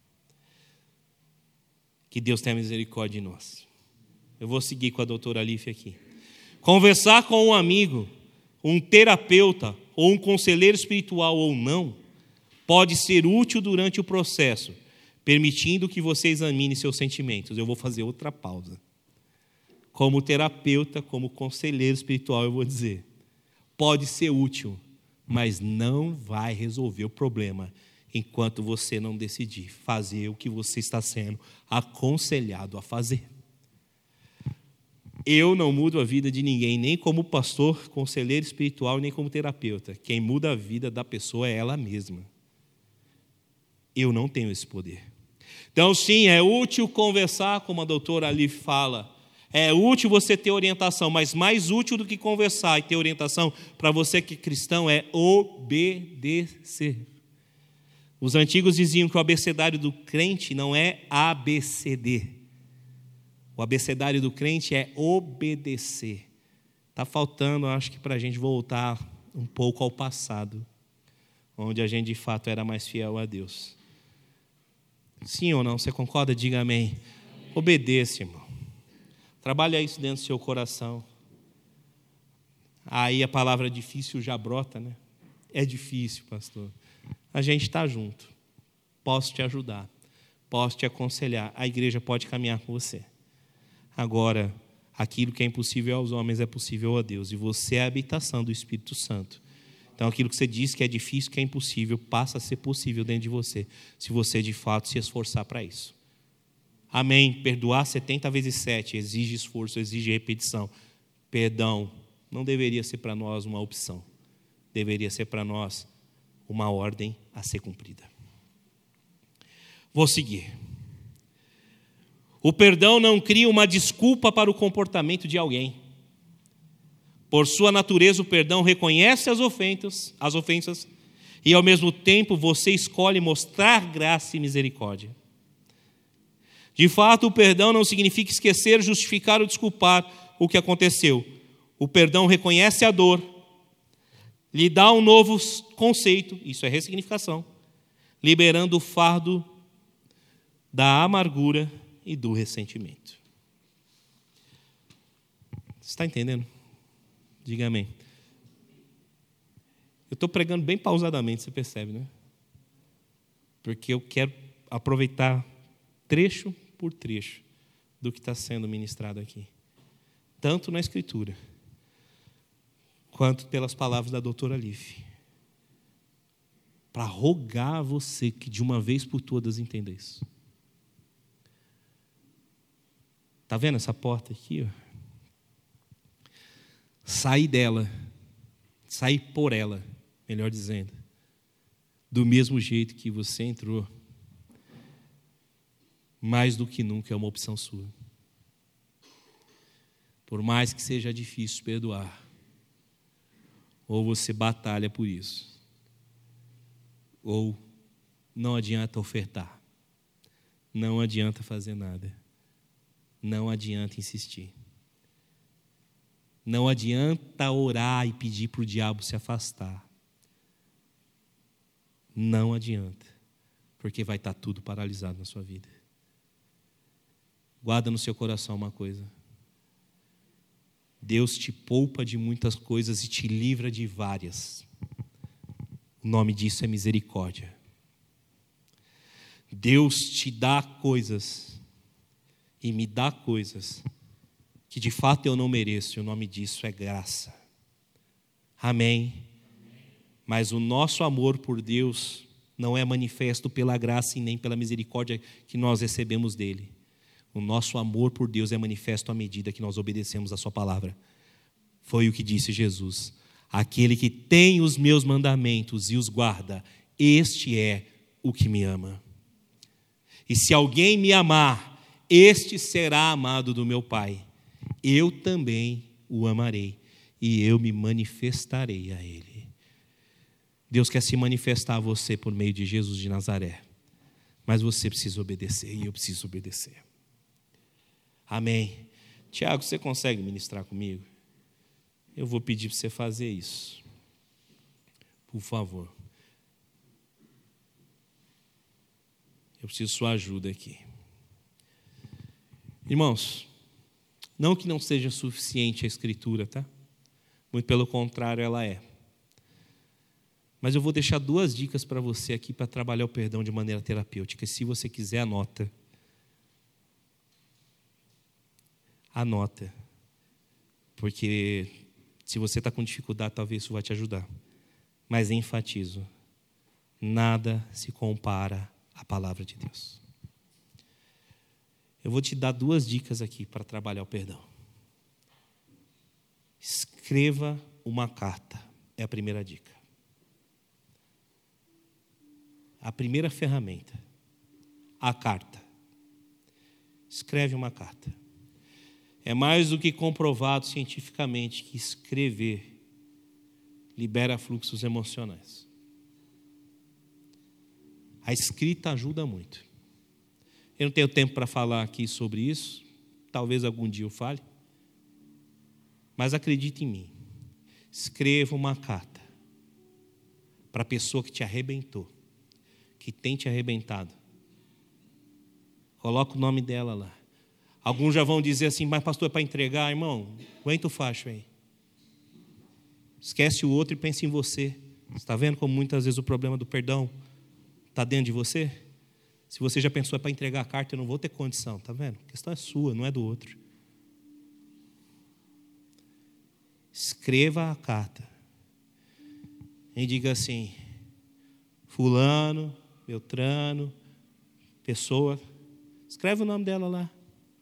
Que Deus tenha misericórdia de nós. Eu vou seguir com a doutora Alife aqui. Conversar com um amigo, um terapeuta ou um conselheiro espiritual ou não, pode ser útil durante o processo, permitindo que você examine seus sentimentos. Eu vou fazer outra pausa. Como terapeuta, como conselheiro espiritual, eu vou dizer, pode ser útil, mas não vai resolver o problema enquanto você não decidir fazer o que você está sendo aconselhado a fazer. Eu não mudo a vida de ninguém, nem como pastor, conselheiro espiritual, nem como terapeuta. Quem muda a vida da pessoa é ela mesma. Eu não tenho esse poder. Então, sim, é útil conversar, como a doutora ali fala. É útil você ter orientação, mas mais útil do que conversar e ter orientação para você que é cristão é obedecer. Os antigos diziam que o abecedário do crente não é ABCD. O abecedário do crente é obedecer. Está faltando, acho que, para a gente voltar um pouco ao passado. onde a gente de fato era mais fiel a Deus. Sim ou não? Você concorda? Diga amém. Obedeça, irmão. Trabalha isso dentro do seu coração. Aí a palavra difícil já brota, né? É difícil, pastor. A gente está junto. Posso te ajudar. Posso te aconselhar. A igreja pode caminhar com você. Agora, aquilo que é impossível aos homens é possível a Deus. E você é a habitação do Espírito Santo. Então, aquilo que você diz que é difícil, que é impossível, passa a ser possível dentro de você, se você de fato se esforçar para isso. Amém. Perdoar 70 vezes 7 exige esforço, exige repetição. Perdão não deveria ser para nós uma opção. Deveria ser para nós uma ordem a ser cumprida. Vou seguir. O perdão não cria uma desculpa para o comportamento de alguém. Por sua natureza, o perdão reconhece as ofensas e, ao mesmo tempo, você escolhe mostrar graça e misericórdia. De fato, o perdão não significa esquecer, justificar ou desculpar o que aconteceu. O perdão reconhece a dor, lhe dá um novo conceito, isso é ressignificação, liberando o fardo da amargura e do ressentimento. Você está entendendo? Diga amém. Eu estou pregando bem pausadamente, você percebe, né? Porque eu quero aproveitar trecho por trecho do que está sendo ministrado aqui. Tanto na Escritura, quanto pelas palavras da doutora Liv. Para rogar a você que de uma vez por todas entenda isso. Está vendo essa porta aqui? Ó? Sair dela, sair por ela, melhor dizendo, do mesmo jeito que você entrou, mais do que nunca é uma opção sua. Por mais que seja difícil perdoar, ou você batalha por isso, ou não adianta ofertar, não adianta fazer nada, não adianta insistir. Não adianta orar e pedir para o diabo se afastar. Não adianta, porque vai estar tudo paralisado na sua vida. Guarda no seu coração uma coisa. Deus te poupa de muitas coisas e te livra de várias. O nome disso é misericórdia. Deus te dá coisas e me dá coisas que de fato eu não mereço, e o nome disso é graça. Amém. Mas o nosso amor por Deus não é manifesto pela graça e nem pela misericórdia que nós recebemos dele. O nosso amor por Deus é manifesto à medida que nós obedecemos a sua palavra. Foi o que disse Jesus. Aquele que tem os meus mandamentos e os guarda, este é o que me ama. E se alguém me amar, este será amado do meu Pai. Eu também o amarei e eu me manifestarei a ele. Deus quer se manifestar a você por meio de Jesus de Nazaré. Mas você precisa obedecer e eu preciso obedecer. Amém. Tiago, você consegue ministrar comigo? Eu vou pedir para você fazer isso. Por favor. Eu preciso de sua ajuda aqui. Irmãos, não que não seja suficiente a Escritura, tá? Muito pelo contrário, ela é. Mas eu vou deixar 2 dicas para você aqui para trabalhar o perdão de maneira terapêutica. Se você quiser, anota. Anota. Porque se você está com dificuldade, talvez isso vai te ajudar. Mas enfatizo. Nada se compara à palavra de Deus. Eu vou te dar 2 dicas aqui para trabalhar o perdão. Escreva uma carta. É a primeira dica. A primeira ferramenta. A carta. Escreve uma carta. É mais do que comprovado cientificamente que escrever libera fluxos emocionais. A escrita ajuda muito. Eu não tenho tempo para falar aqui sobre isso. Talvez algum dia eu fale. Mas acredite em mim. Escreva uma carta para a pessoa que te arrebentou, que tem te arrebentado. Coloca o nome dela lá. Alguns já vão dizer assim, mas pastor, é para entregar, irmão, aguenta o facho aí. Esquece o outro e pense em você. Você está vendo como muitas vezes o problema do perdão está dentro de você? Se você já pensou, é para entregar a carta, eu não vou ter condição, está vendo? A questão é sua, não é do outro. Escreva a carta e diga assim, fulano, Beltrano, pessoa, escreve o nome dela lá.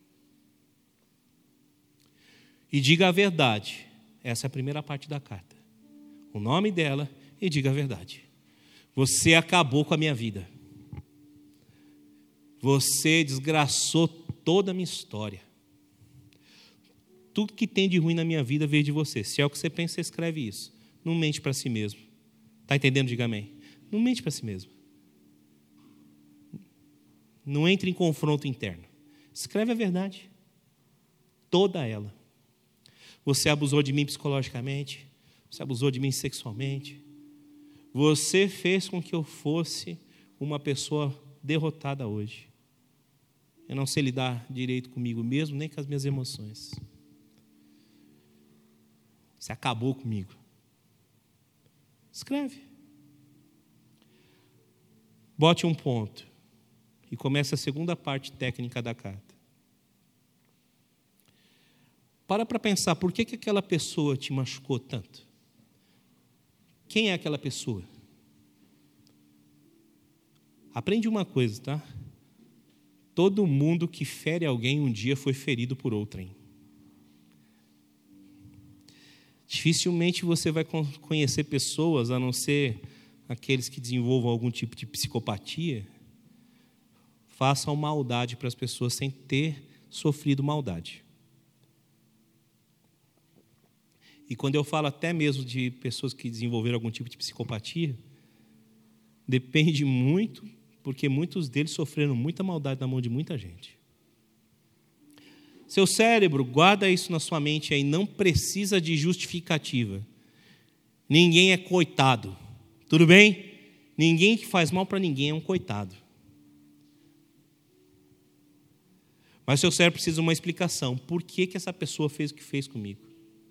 E diga a verdade. Essa é a primeira parte da carta. O nome dela e diga a verdade. Você acabou com a minha vida. Você desgraçou toda a minha história. Tudo que tem de ruim na minha vida veio de você. Se é o que você pensa, você escreve isso. Não mente para si mesmo. Está entendendo? Diga amém. Não mente para si mesmo. Não entre em confronto interno. Escreve a verdade. Toda ela. Você abusou de mim psicologicamente. Você abusou de mim sexualmente. Você fez com que eu fosse uma pessoa derrotada hoje. Eu não sei lidar direito comigo mesmo, nem com as minhas emoções. Você acabou comigo. Escreve. Bote um ponto. E começa a segunda parte técnica da carta. Para pensar, por que aquela pessoa te machucou tanto? Quem é aquela pessoa? Aprende uma coisa, tá? Todo mundo que fere alguém um dia foi ferido por outrem. Dificilmente você vai conhecer pessoas, a não ser aqueles que desenvolvam algum tipo de psicopatia, façam maldade para as pessoas sem ter sofrido maldade. E quando eu falo até mesmo de pessoas que desenvolveram algum tipo de psicopatia, depende muito, porque muitos deles sofreram muita maldade na mão de muita gente. Seu cérebro, guarda isso na sua mente aí, não precisa de justificativa. Ninguém é coitado, tudo bem? Ninguém que faz mal para ninguém é um coitado. Mas seu cérebro precisa de uma explicação. Por que essa pessoa fez o que fez comigo?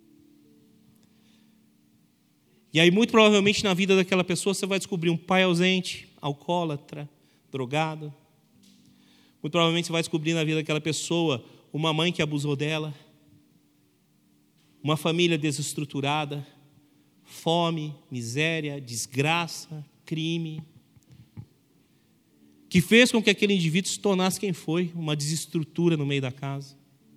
E aí, muito provavelmente, na vida daquela pessoa, você vai descobrir um pai ausente, alcoólatra, drogado. Muito provavelmente, você vai descobrir na vida daquela pessoa uma mãe que abusou dela, uma família desestruturada, fome, miséria, desgraça, crime, que fez com que aquele indivíduo se tornasse quem foi, uma desestrutura no meio da casa.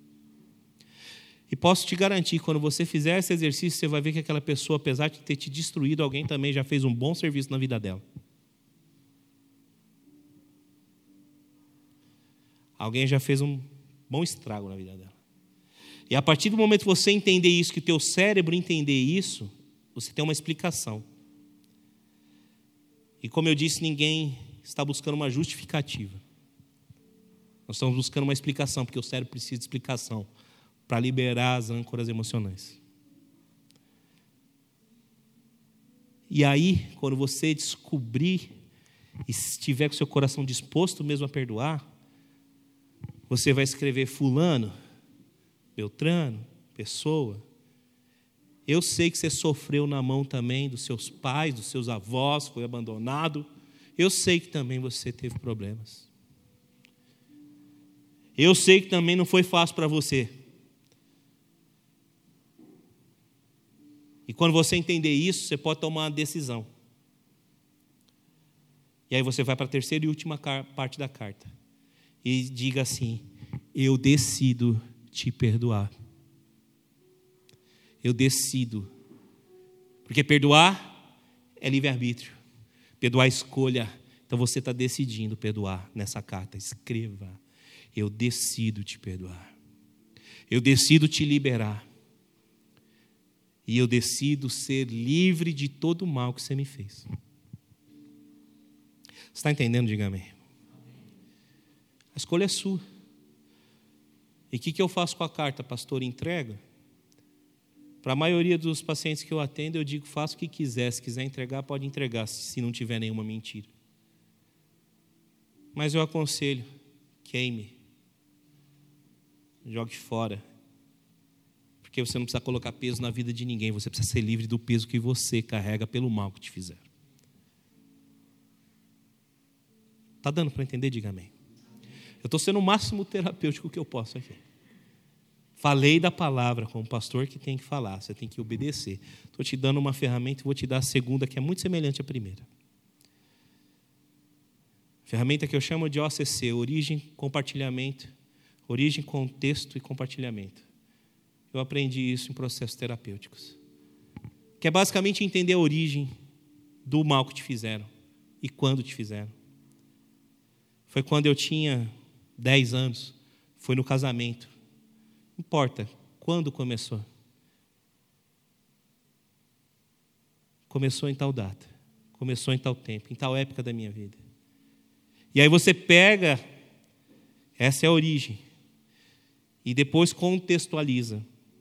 E posso te garantir, quando você fizer esse exercício, você vai ver que aquela pessoa, apesar de ter te destruído, alguém também já fez um bom serviço na vida dela. Alguém já fez um bom estrago na vida dela. E a partir do momento que você entender isso, que o teu cérebro entender isso, você tem uma explicação. E como eu disse, ninguém está buscando uma justificativa. Nós estamos buscando uma explicação, porque o cérebro precisa de explicação para liberar as âncoras emocionais. E aí, quando você descobrir e estiver com seu coração disposto mesmo a perdoar, você vai escrever fulano, Beltrano, pessoa. Eu sei que você sofreu na mão também dos seus pais, dos seus avós, foi abandonado. Eu sei que também você teve problemas. Eu sei que também não foi fácil para você. E quando você entender isso, você pode tomar uma decisão. E aí você vai para a terceira e última parte da carta. E diga assim: eu decido te perdoar. Eu decido. Porque perdoar é livre-arbítrio. Perdoar é escolha. Então você está decidindo perdoar nessa carta. Escreva: eu decido te perdoar. Eu decido te liberar. E eu decido ser livre de todo o mal que você me fez. Você está entendendo? Diga amém. A escolha é sua. E o que eu faço com a carta, pastor? Entrega Para a maioria dos pacientes que eu atendo, eu digo, faça o que quiser. Se quiser entregar, pode entregar, se não tiver nenhuma mentira. Mas eu aconselho, queime. Jogue fora. Porque você não precisa colocar peso na vida de ninguém. Você precisa ser livre do peso que você carrega pelo mal que te fizeram. Está dando para entender? Diga amém. Eu estou sendo o máximo terapêutico que eu posso aqui. Falei da palavra como pastor que tem que falar. Você tem que obedecer. Estou te dando uma ferramenta e vou te dar a segunda, que é muito semelhante à primeira. Ferramenta que eu chamo de OCC, origem, compartilhamento. Origem, contexto e compartilhamento. Eu aprendi isso em processos terapêuticos. Que é basicamente entender a origem do mal que te fizeram e quando te fizeram. Foi quando eu tinha 10 anos, foi no casamento. Não importa quando começou. Começou em tal data, começou em tal tempo, em tal época da minha vida. E aí você pega, essa é a origem, e depois contextualiza.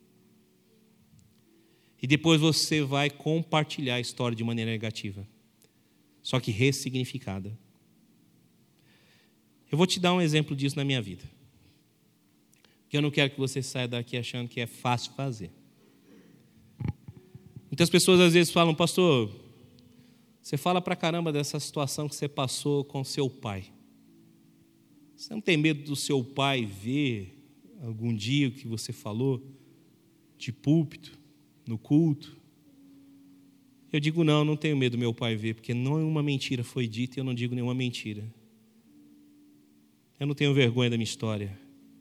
E depois você vai compartilhar a história de maneira negativa, só que ressignificada. Eu vou te dar um exemplo disso na minha vida, que eu não quero que você saia daqui achando que é fácil fazer. Muitas pessoas às vezes falam, pastor, você fala pra caramba dessa situação que você passou com seu pai. Você não tem medo do seu pai ver algum dia o que você falou de púlpito, no culto? Eu digo, não tenho medo do meu pai ver, porque nenhuma mentira foi dita e eu não digo nenhuma mentira. Eu não tenho vergonha da minha história.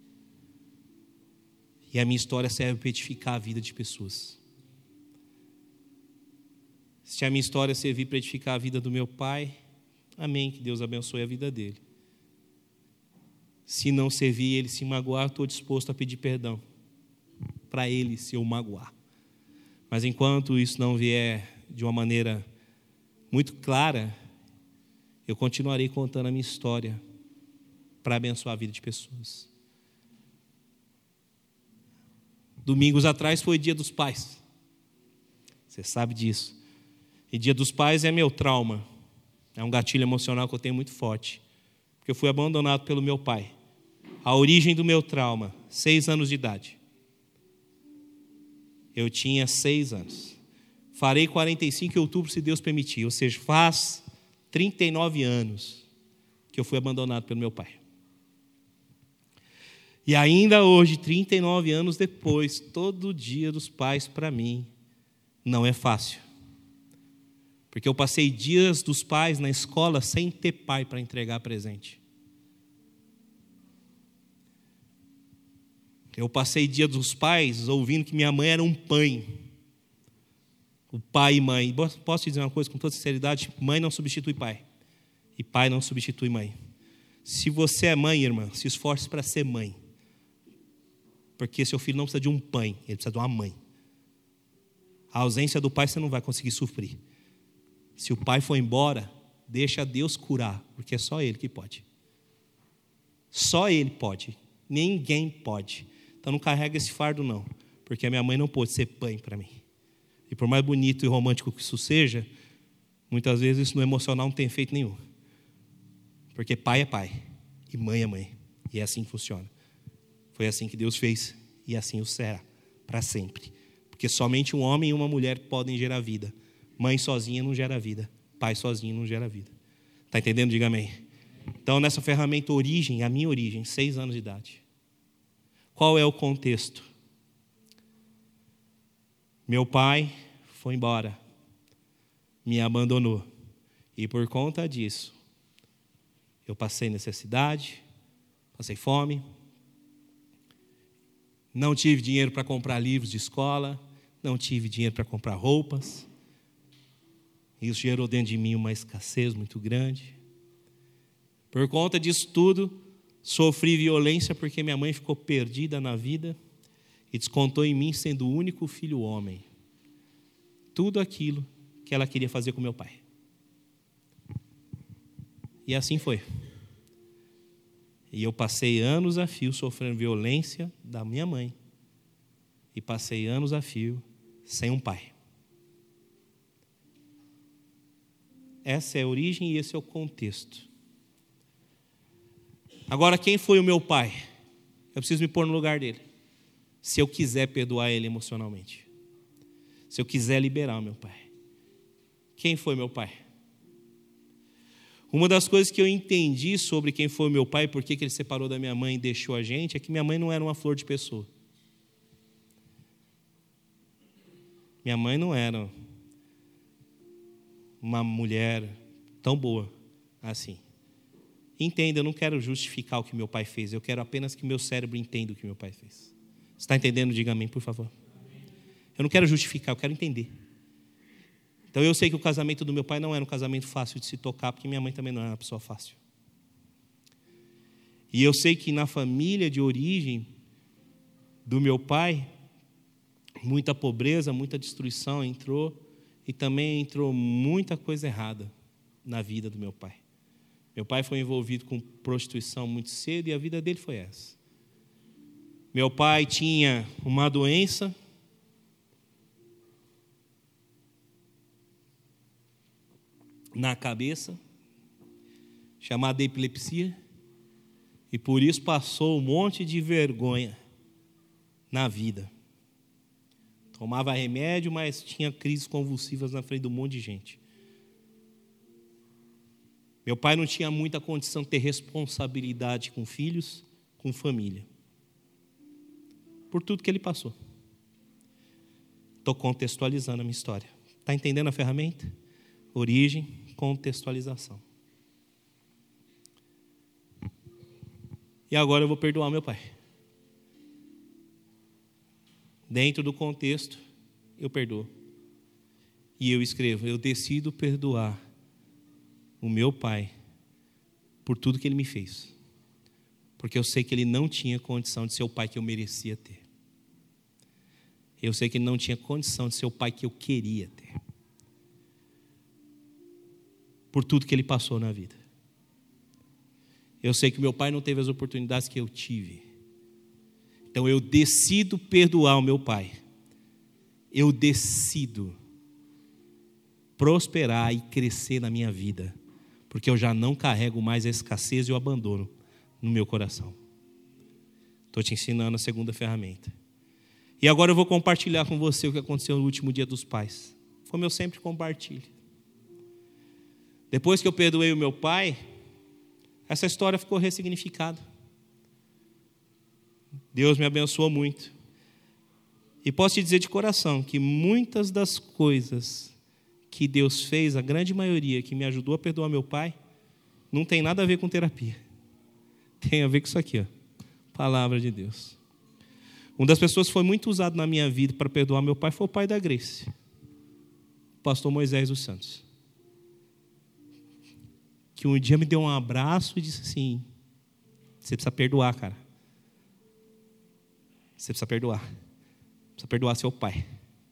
E a minha história serve para edificar a vida de pessoas. Se a minha história servir para edificar a vida do meu pai, amém, que Deus abençoe a vida dele. Se não servir ele se magoar, estou disposto a pedir perdão para ele se eu magoar. Mas enquanto isso não vier de uma maneira muito clara, eu continuarei contando a minha história para abençoar a vida de pessoas. Domingos atrás foi Dia dos Pais. Você sabe disso. E Dia dos Pais é meu trauma. É um gatilho emocional que eu tenho muito forte. Porque eu fui abandonado pelo meu pai. A origem do meu trauma, 6 anos de idade. Eu tinha 6 anos. Farei 45 em outubro, se Deus permitir. Ou seja, faz 39 anos que eu fui abandonado pelo meu pai. E ainda hoje, 39 anos depois, todo Dia dos Pais para mim não é fácil. Porque eu passei dias dos pais na escola sem ter pai para entregar presente. Eu passei dia dos pais ouvindo que minha mãe era um pai. O pai e mãe. Posso te dizer uma coisa com toda sinceridade? Mãe não substitui pai. E pai não substitui mãe. Se você é mãe, irmã, se esforce para ser mãe. Porque seu filho não precisa de um pai, ele precisa de uma mãe. A ausência do pai você não vai conseguir suprir. Se o pai for embora, deixa Deus curar, porque é só Ele que pode. Só Ele pode, ninguém pode. Então não carrega esse fardo não, porque a minha mãe não pôde ser pai para mim. E por mais bonito e romântico que isso seja, muitas vezes isso no emocional não tem efeito nenhum. Porque pai é pai, e mãe é mãe, e é assim que funciona. Foi assim que Deus fez, e assim o será, para sempre. Porque somente um homem e uma mulher podem gerar vida. Mãe sozinha não gera vida, pai sozinho não gera vida. Está entendendo? Diga amém. Então, nessa ferramenta origem, a minha origem, 6 anos de idade. Qual é o contexto? Meu pai foi embora, me abandonou. E por conta disso, eu passei necessidade, passei fome, não tive dinheiro para comprar livros de escola, não tive dinheiro para comprar roupas. Isso gerou dentro de mim uma escassez muito grande. Por conta disso tudo, sofri violência porque minha mãe ficou perdida na vida e descontou em mim sendo o único filho homem. Tudo aquilo que ela queria fazer com meu pai. E assim foi. E eu passei anos a fio sofrendo violência da minha mãe. E passei anos a fio sem um pai. Essa é a origem e esse é o contexto. Agora, quem foi o meu pai? Eu preciso me pôr no lugar dele. Se eu quiser perdoar ele emocionalmente. Se eu quiser liberar o meu pai. Quem foi meu pai? Uma das coisas que eu entendi sobre quem foi meu pai, por que ele separou da minha mãe e deixou a gente, é que minha mãe não era uma flor de pessoa. Minha mãe não era uma mulher tão boa assim. Entenda, eu não quero justificar o que meu pai fez, eu quero apenas que meu cérebro entenda o que meu pai fez. Você está entendendo? Diga amém, por favor. Eu não quero justificar, eu quero entender. Então eu sei que o casamento do meu pai não era um casamento fácil de se tocar, porque minha mãe também não era uma pessoa fácil. E eu sei que na família de origem do meu pai, muita pobreza, muita destruição entrou, e também entrou muita coisa errada na vida do meu pai. Meu pai foi envolvido com prostituição muito cedo, e a vida dele foi essa. Meu pai tinha uma doença na cabeça, chamada epilepsia, e por isso passou um monte de vergonha na vida. Tomava remédio, mas tinha crises convulsivas na frente de um monte de gente. Meu pai não tinha muita condição de ter responsabilidade com filhos, com família. Por tudo que ele passou. Estou contextualizando a minha história. Está entendendo a ferramenta? Origem, contextualização. E agora eu vou perdoar meu pai. Dentro do contexto, eu perdoo. E eu escrevo, eu decido perdoar o meu pai por tudo que ele me fez. Porque eu sei que ele não tinha condição de ser o pai que eu merecia ter. Eu sei que ele não tinha condição de ser o pai que eu queria ter. Por tudo que ele passou na vida. Eu sei que meu pai não teve as oportunidades que eu tive. Então eu decido perdoar o meu pai. Eu decido prosperar e crescer na minha vida. Porque eu já não carrego mais a escassez e o abandono no meu coração. Estou te ensinando a segunda ferramenta. E agora eu vou compartilhar com você o que aconteceu no último dia dos pais. Como eu sempre compartilho. Depois que eu perdoei o meu pai, essa história ficou ressignificada. Deus me abençoou muito. E posso te dizer de coração que muitas das coisas que Deus fez, a grande maioria que me ajudou a perdoar meu pai, não tem nada a ver com terapia. Tem a ver com isso aqui, ó. Palavra de Deus. Uma das pessoas que foi muito usado na minha vida para perdoar meu pai foi o pai da Grace, o pastor Moisés dos Santos. Que um dia me deu um abraço e disse assim: você precisa perdoar, cara. Você precisa perdoar. Precisa perdoar seu pai.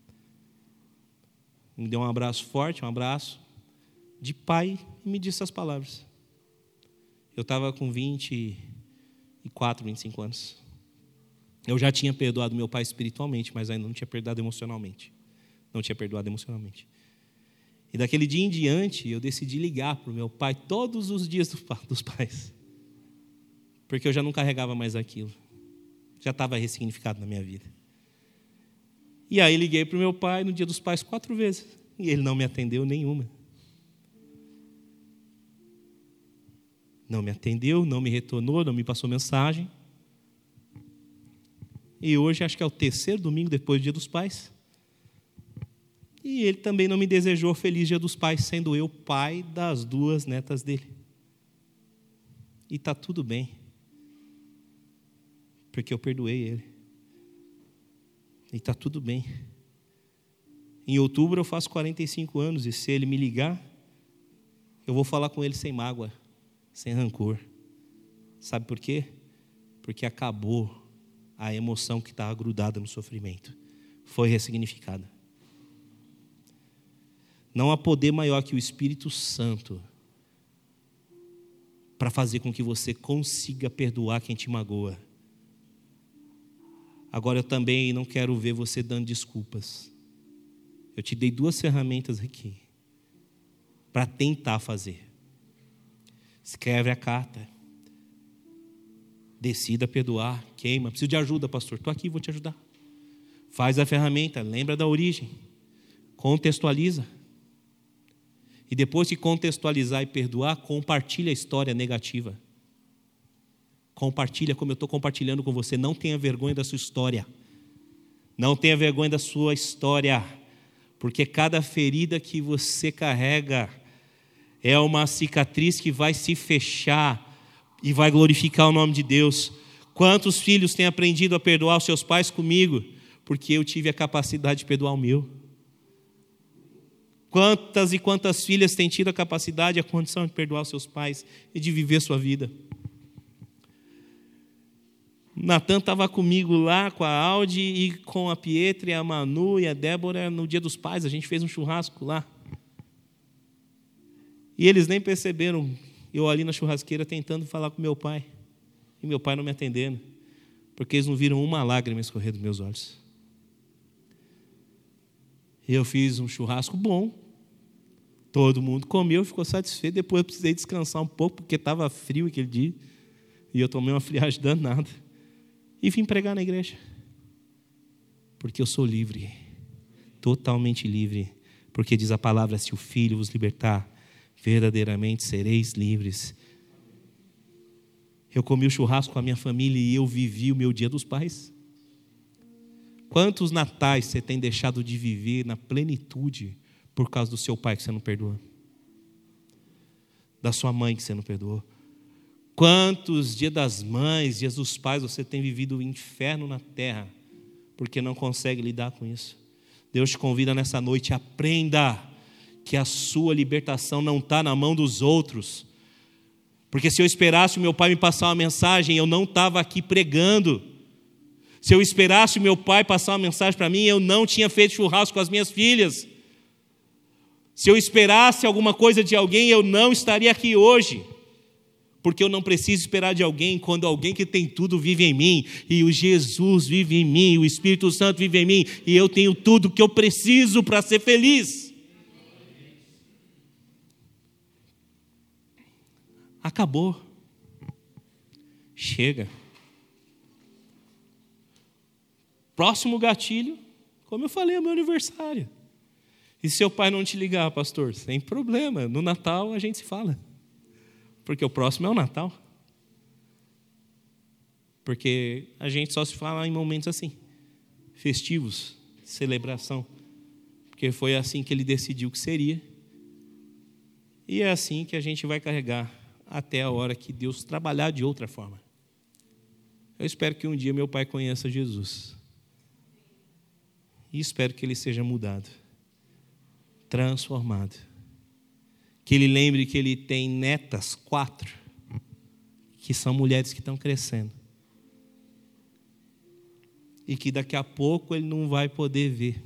Me deu um abraço forte, um abraço de pai, e me disse essas palavras. Eu estava com 24, 25 anos. Eu já tinha perdoado meu pai espiritualmente, mas ainda não tinha perdoado emocionalmente. Não tinha perdoado emocionalmente. E daquele dia em diante, eu decidi ligar para o meu pai todos os dias dos pais. Porque eu já não carregava mais aquilo. Já estava ressignificado na minha vida. E aí liguei para o meu pai no dia dos pais 4 vezes. E ele não me atendeu nenhuma. Não me atendeu, não me retornou, não me passou mensagem. E hoje acho que é o 3º domingo depois do dia dos pais. E ele também não me desejou feliz dia dos pais, sendo eu pai das 2 netas dele. E está tudo bem. Porque eu perdoei ele. E está tudo bem. Em outubro eu faço 45 anos, e se ele me ligar, eu vou falar com ele sem mágoa, sem rancor. Sabe por quê? Porque acabou a emoção que estava grudada no sofrimento. Foi ressignificada. Não há poder maior que o Espírito Santo para fazer com que você consiga perdoar quem te magoa. Agora eu também não quero ver você dando desculpas. Eu te dei 2 ferramentas aqui para tentar fazer. Escreve a carta. Decida perdoar, queima. Preciso de ajuda, pastor. Estou aqui, vou te ajudar. Faz a ferramenta, lembra da origem. Contextualiza. E depois que contextualizar e perdoar, compartilha a história negativa. Compartilha como eu estou compartilhando com você. Não tenha vergonha da sua história. Não tenha vergonha da sua história. Porque cada ferida que você carrega é uma cicatriz que vai se fechar e vai glorificar o nome de Deus. Quantos filhos têm aprendido a perdoar os seus pais comigo? Porque eu tive a capacidade de perdoar o meu. Quantas e quantas filhas têm tido a capacidade e a condição de perdoar os seus pais e de viver sua vida? Natan estava comigo lá com a Audi e com a Pietra e a Manu e a Débora no Dia dos Pais. A gente fez um churrasco lá. E eles nem perceberam eu ali na churrasqueira tentando falar com meu pai. E meu pai não me atendendo. Porque eles não viram uma lágrima escorrer dos meus olhos. Eu fiz um churrasco bom. Todo mundo comeu, ficou satisfeito. Depois eu precisei descansar um pouco, porque estava frio aquele dia. E eu tomei uma friagem danada. E vim pregar na igreja. Porque eu sou livre. Totalmente livre. Porque diz a palavra, se o Filho vos libertar, verdadeiramente sereis livres. Eu comi o churrasco com a minha família e eu vivi o meu Dia dos Pais. Quantos natais você tem deixado de viver na plenitude por causa do seu pai que você não perdoou? Da sua mãe que você não perdoou? Quantos Dia das Mães, Dias dos Pais você tem vivido o inferno na terra porque não consegue lidar com isso? Deus te convida nessa noite, aprenda que a sua libertação não está na mão dos outros. Porque se eu esperasse o meu pai me passar uma mensagem, eu não estava aqui pregando. Se eu esperasse o meu pai passar uma mensagem para mim, eu não tinha feito churrasco com as minhas filhas. Se eu esperasse alguma coisa de alguém, eu não estaria aqui hoje. Porque eu não preciso esperar de alguém quando alguém que tem tudo vive em mim. E o Jesus vive em mim, o Espírito Santo vive em mim. E eu tenho tudo que eu preciso para ser feliz. Acabou. Chega. Próximo gatilho, como eu falei, é meu aniversário. E se seu pai não te ligar, pastor, sem problema, no Natal a gente se fala. Porque o próximo é o Natal. Porque a gente só se fala em momentos assim, festivos, celebração. Porque foi assim que ele decidiu que seria. E é assim que a gente vai carregar até a hora que Deus trabalhar de outra forma. Eu espero que um dia meu pai conheça Jesus. E espero que ele seja mudado, transformado. Que ele lembre que ele tem netas, 4, que são mulheres que estão crescendo. E que daqui a pouco ele não vai poder ver.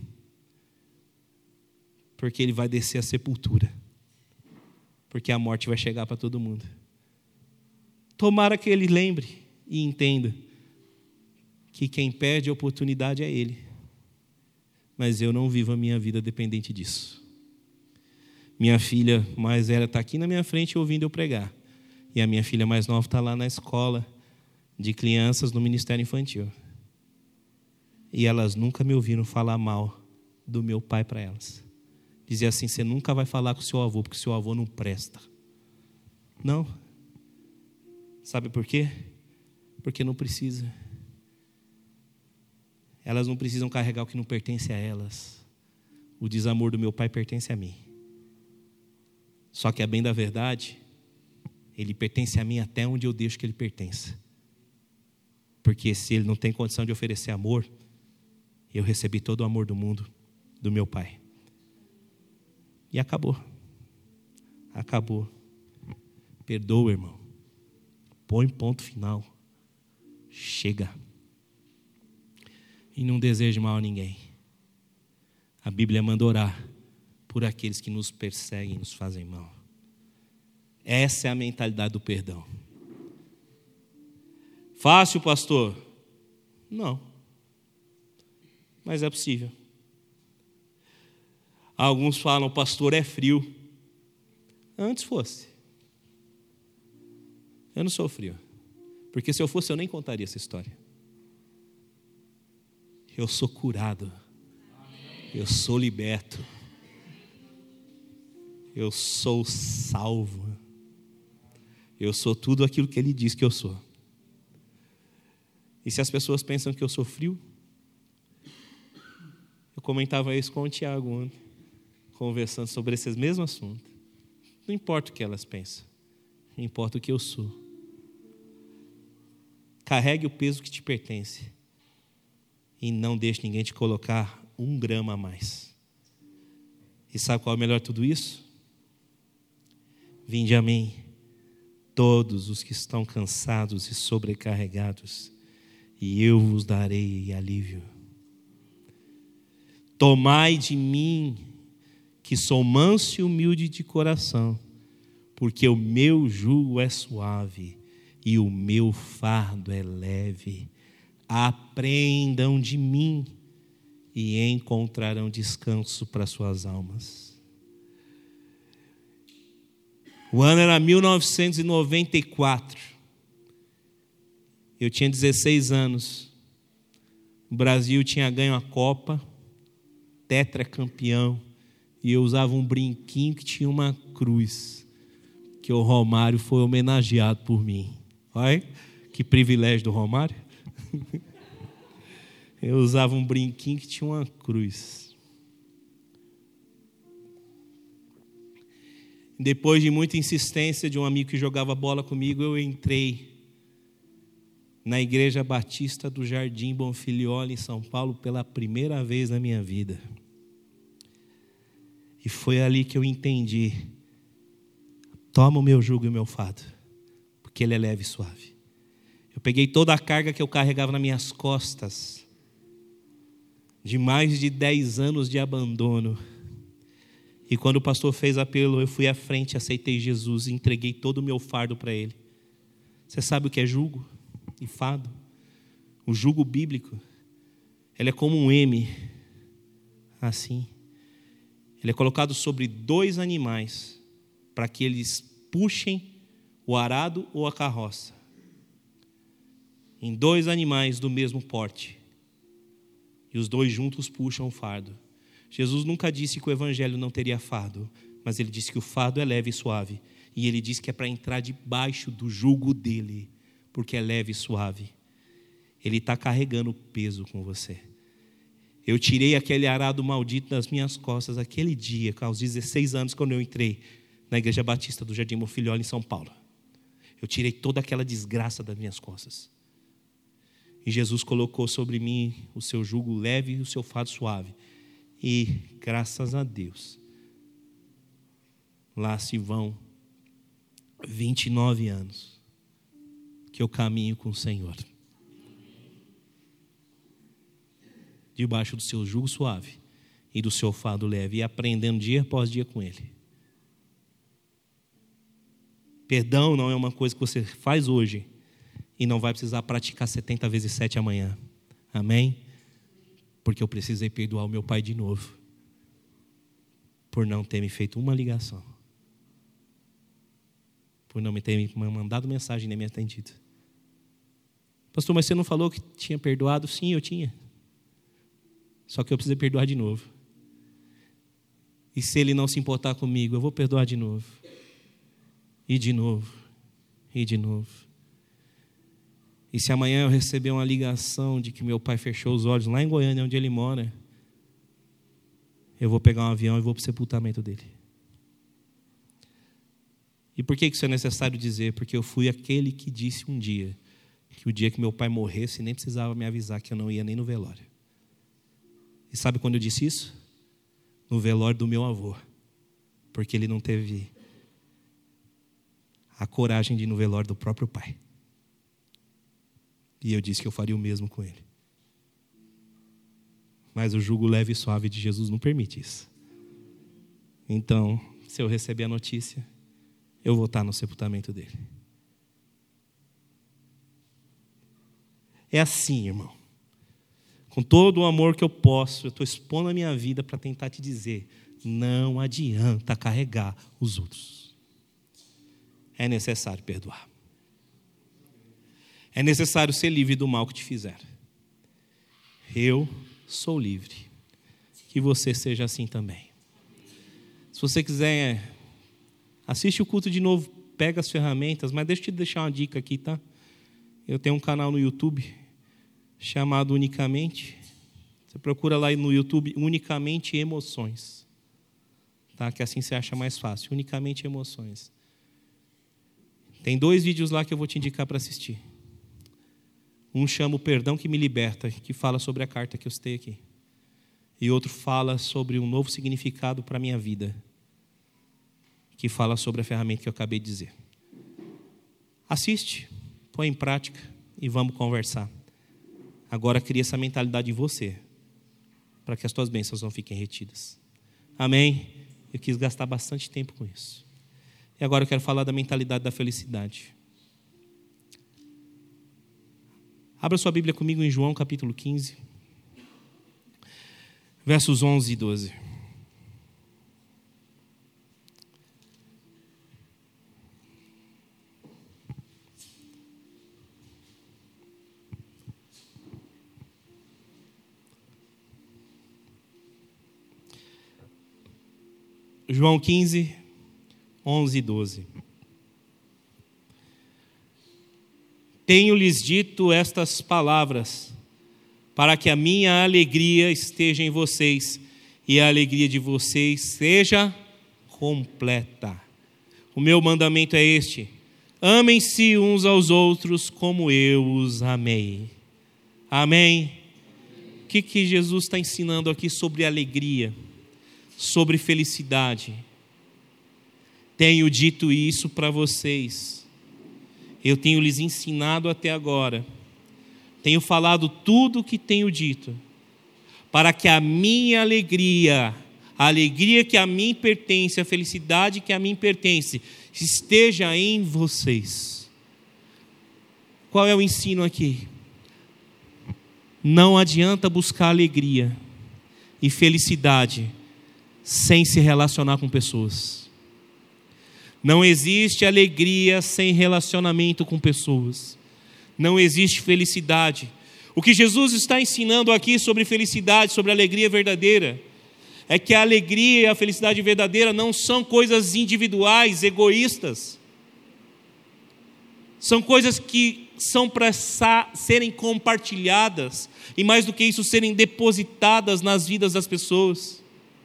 Porque ele vai descer a sepultura. Porque a morte vai chegar para todo mundo. Tomara que ele lembre e entenda que quem perde a oportunidade é ele. Mas eu não vivo a minha vida dependente disso. Minha filha mais velha está aqui na minha frente ouvindo eu pregar. E a minha filha mais nova está lá na escola de crianças no Ministério Infantil. E elas nunca me ouviram falar mal do meu pai para elas. Dizia assim, você nunca vai falar com o seu avô, porque o seu avô não presta. Não. Sabe por quê? Porque não precisa. Elas não precisam carregar o que não pertence a elas. O desamor do meu pai pertence a mim. Só que, a bem da verdade, ele pertence a mim até onde eu deixo que ele pertença. Porque se ele não tem condição de oferecer amor, eu recebi todo o amor do mundo do meu pai. E acabou. Acabou. Perdoa, irmão. Põe ponto final. Chega. E não deseje mal a ninguém. A Bíblia manda orar por aqueles que nos perseguem e nos fazem mal. Essa é a mentalidade do perdão. Fácil, pastor? Não. Mas é possível. Alguns falam, o pastor é frio. Antes fosse. Eu não sou frio. Porque se eu fosse, eu nem contaria essa história. Eu sou curado. Eu sou liberto. Eu sou salvo. Eu sou tudo aquilo que Ele diz que eu sou. E se as pessoas pensam que eu sou frio, eu comentava isso com o Tiago ontem, conversando sobre esse mesmo assunto. Não importa o que elas pensam, importa o que eu sou. Carregue o peso que te pertence e não deixe ninguém te colocar 1 grama a mais. E sabe qual é o melhor de tudo isso? Vinde a mim, todos os que estão cansados e sobrecarregados, e eu vos darei alívio. Tomai de mim, que sou manso e humilde de coração, porque o meu jugo é suave e o meu fardo é leve. Aprendam de mim e encontrarão descanso para suas almas. O ano era 1994. Eu tinha 16 anos. O Brasil tinha ganho a Copa, tetracampeão, e eu usava um brinquinho que tinha uma cruz, que o Romário foi homenageado por mim. Olha que privilégio do Romário. Eu usava um brinquinho que tinha uma cruz. Depois de muita insistência de um amigo que jogava bola comigo, eu entrei na Igreja Batista do Jardim Bonfilioli, em São Paulo, pela primeira vez na minha vida. E foi ali que eu entendi: toma o meu jugo e o meu fardo, porque ele é leve e suave. Eu peguei toda a carga que eu carregava nas minhas costas, de mais de 10 anos de abandono. E quando o pastor fez apelo, eu fui à frente, aceitei Jesus e entreguei todo o meu fardo para Ele. Você sabe o que é jugo e fardo? O jugo bíblico, ele é como um M, assim. Ele é colocado sobre 2 animais, para que eles puxem o arado ou a carroça. Em 2 animais do mesmo porte. E os 2 juntos puxam o fardo. Jesus nunca disse que o evangelho não teria fardo, mas ele disse que o fardo é leve e suave. E ele disse que é para entrar debaixo do jugo dele, porque é leve e suave. Ele está carregando o peso com você. Eu tirei aquele arado maldito das minhas costas aquele dia, aos 16 anos, quando eu entrei na Igreja Batista do Jardim Bonfilioli, em São Paulo. Eu tirei toda aquela desgraça das minhas costas. E Jesus colocou sobre mim o seu jugo leve e o seu fardo suave. E, graças a Deus, lá se vão 29 anos que eu caminho com o Senhor. Debaixo do seu jugo suave e do seu fardo leve, e aprendendo dia após dia com Ele. Perdão não é uma coisa que você faz hoje e não vai precisar praticar 70 vezes 7 amanhã. Amém? Porque eu precisei perdoar o meu pai de novo, por não ter me feito uma ligação, por não me ter me mandado mensagem nem me atendido. Pastor, mas você não falou que tinha perdoado? Sim, eu tinha. Só que eu precisei perdoar de novo. E se ele não se importar comigo, eu vou perdoar de novo. E de novo. E de novo. E se amanhã eu receber uma ligação de que meu pai fechou os olhos lá em Goiânia, onde ele mora, eu vou pegar um avião e vou para o sepultamento dele. E por que isso é necessário dizer? Porque eu fui aquele que disse um dia, que o dia que meu pai morresse, nem precisava me avisar que eu não ia nem no velório. E sabe quando eu disse isso? No velório do meu avô. Porque ele não teve a coragem de ir no velório do próprio pai. E eu disse que eu faria o mesmo com ele. Mas o jugo leve e suave de Jesus não permite isso. Então, se eu receber a notícia, eu vou estar no sepultamento dele. É assim, irmão. Com todo o amor que eu posso, eu estou expondo a minha vida para tentar te dizer: não adianta carregar os outros. É necessário perdoar. É necessário ser livre do mal que te fizeram. Eu sou livre. Que você seja assim também. Se você quiser, assiste o culto de novo, pega as ferramentas, mas deixa eu te deixar uma dica aqui, tá? Eu tenho um canal no YouTube chamado Unicamente. Você procura lá no YouTube Unicamente Emoções. Tá? Que assim você acha mais fácil. Unicamente Emoções. Tem 2 vídeos lá que eu vou te indicar para assistir. Um chama O Perdão que Me Liberta, que fala sobre a carta que eu citei aqui. E outro fala sobre um novo significado para a minha vida, que fala sobre a ferramenta que eu acabei de dizer. Assiste, põe em prática e vamos conversar. Agora cria essa mentalidade em você, para que as tuas bênçãos não fiquem retidas. Amém? Eu quis gastar bastante tempo com isso. E agora eu quero falar da mentalidade da felicidade. Abra sua Bíblia comigo em João capítulo 15, versos 11 e 12. João 15, 11 e 12. Tenho-lhes dito estas palavras, para que a minha alegria esteja em vocês e a alegria de vocês seja completa. O meu mandamento é este: amem-se uns aos outros como eu os amei. Amém? O que Jesus está ensinando aqui sobre alegria, sobre felicidade? Tenho dito isso para vocês. Eu tenho lhes ensinado até agora. Tenho falado tudo o que tenho dito, para que a minha alegria, a alegria que a mim pertence, a felicidade que a mim pertence, esteja em vocês. Qual é o ensino aqui? Não adianta buscar alegria e felicidade sem se relacionar com pessoas. Não existe alegria sem relacionamento com pessoas. Não existe felicidade. O que Jesus está ensinando aqui sobre felicidade, sobre alegria verdadeira, é que a alegria e a felicidade verdadeira não são coisas individuais, egoístas. São coisas que são para serem compartilhadas e, mais do que isso, serem depositadas nas vidas das pessoas.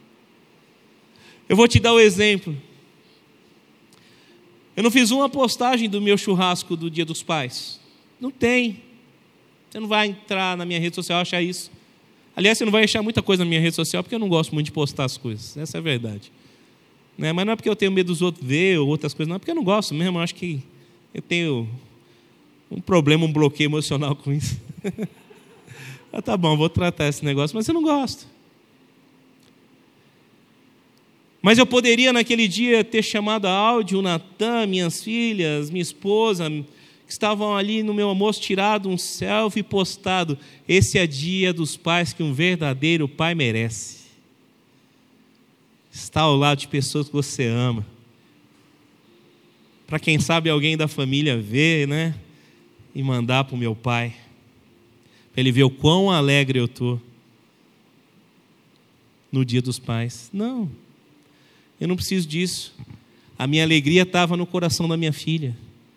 Eu vou te dar o exemplo. Eu não fiz uma postagem do meu churrasco do Dia dos Pais. Não tem. Você não vai entrar na minha rede social e achar isso. Aliás, você não vai achar muita coisa na minha rede social, porque eu não gosto muito de postar as coisas. Essa é a verdade. Mas não é porque eu tenho medo dos outros ver ou outras coisas, não é porque eu não gosto mesmo. Eu acho que eu tenho um problema, um bloqueio emocional com isso. Tá bom, vou tratar esse negócio, mas eu não gosto. Mas eu poderia naquele dia ter chamado a áudio, o Natan, minhas filhas, minha esposa, que estavam ali no meu almoço, tirado um selfie e postado. Esse é dia dos pais que um verdadeiro pai merece. Estar ao lado de pessoas que você ama. Para quem sabe alguém da família ver, né? E mandar para o meu pai. Para ele ver o quão alegre eu estou no dia dos pais. Não. Eu não preciso disso. A minha alegria estava no coração da minha filha.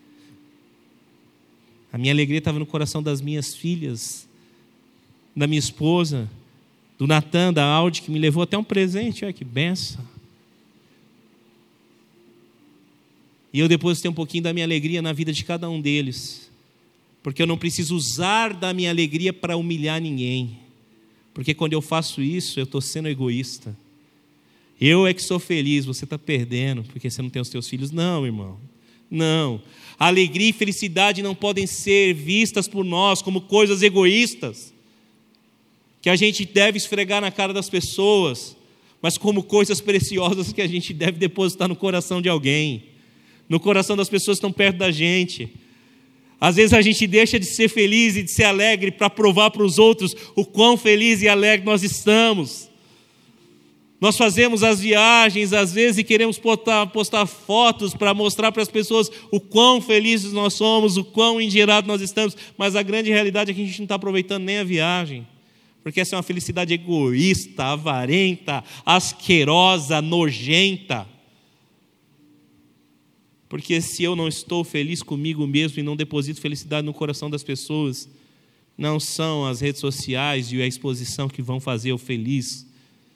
A minha alegria estava no coração das minhas filhas, da minha esposa, do Natan, da Audi, que me levou até um presente. Olha que benção. E eu depositei um pouquinho da minha alegria na vida de cada um deles. Porque eu não preciso usar da minha alegria para humilhar ninguém. Porque quando eu faço isso, eu estou sendo egoísta. Eu é que sou feliz, você está perdendo, porque você não tem os teus filhos. Não, irmão, não. A alegria e felicidade não podem ser vistas por nós como coisas egoístas, que a gente deve esfregar na cara das pessoas, mas como coisas preciosas que a gente deve depositar no coração de alguém, no coração das pessoas que estão perto da gente. Às vezes a gente deixa de ser feliz e de ser alegre para provar para os outros o quão feliz e alegre nós estamos. Nós fazemos as viagens, às vezes, e queremos postar fotos para mostrar para as pessoas o quão felizes nós somos, o quão endinheirados nós estamos, mas a grande realidade é que a gente não está aproveitando nem a viagem, porque essa é uma felicidade egoísta, avarenta, asquerosa, nojenta. Porque se eu não estou feliz comigo mesmo e não deposito felicidade no coração das pessoas, não são as redes sociais e a exposição que vão fazer eu feliz.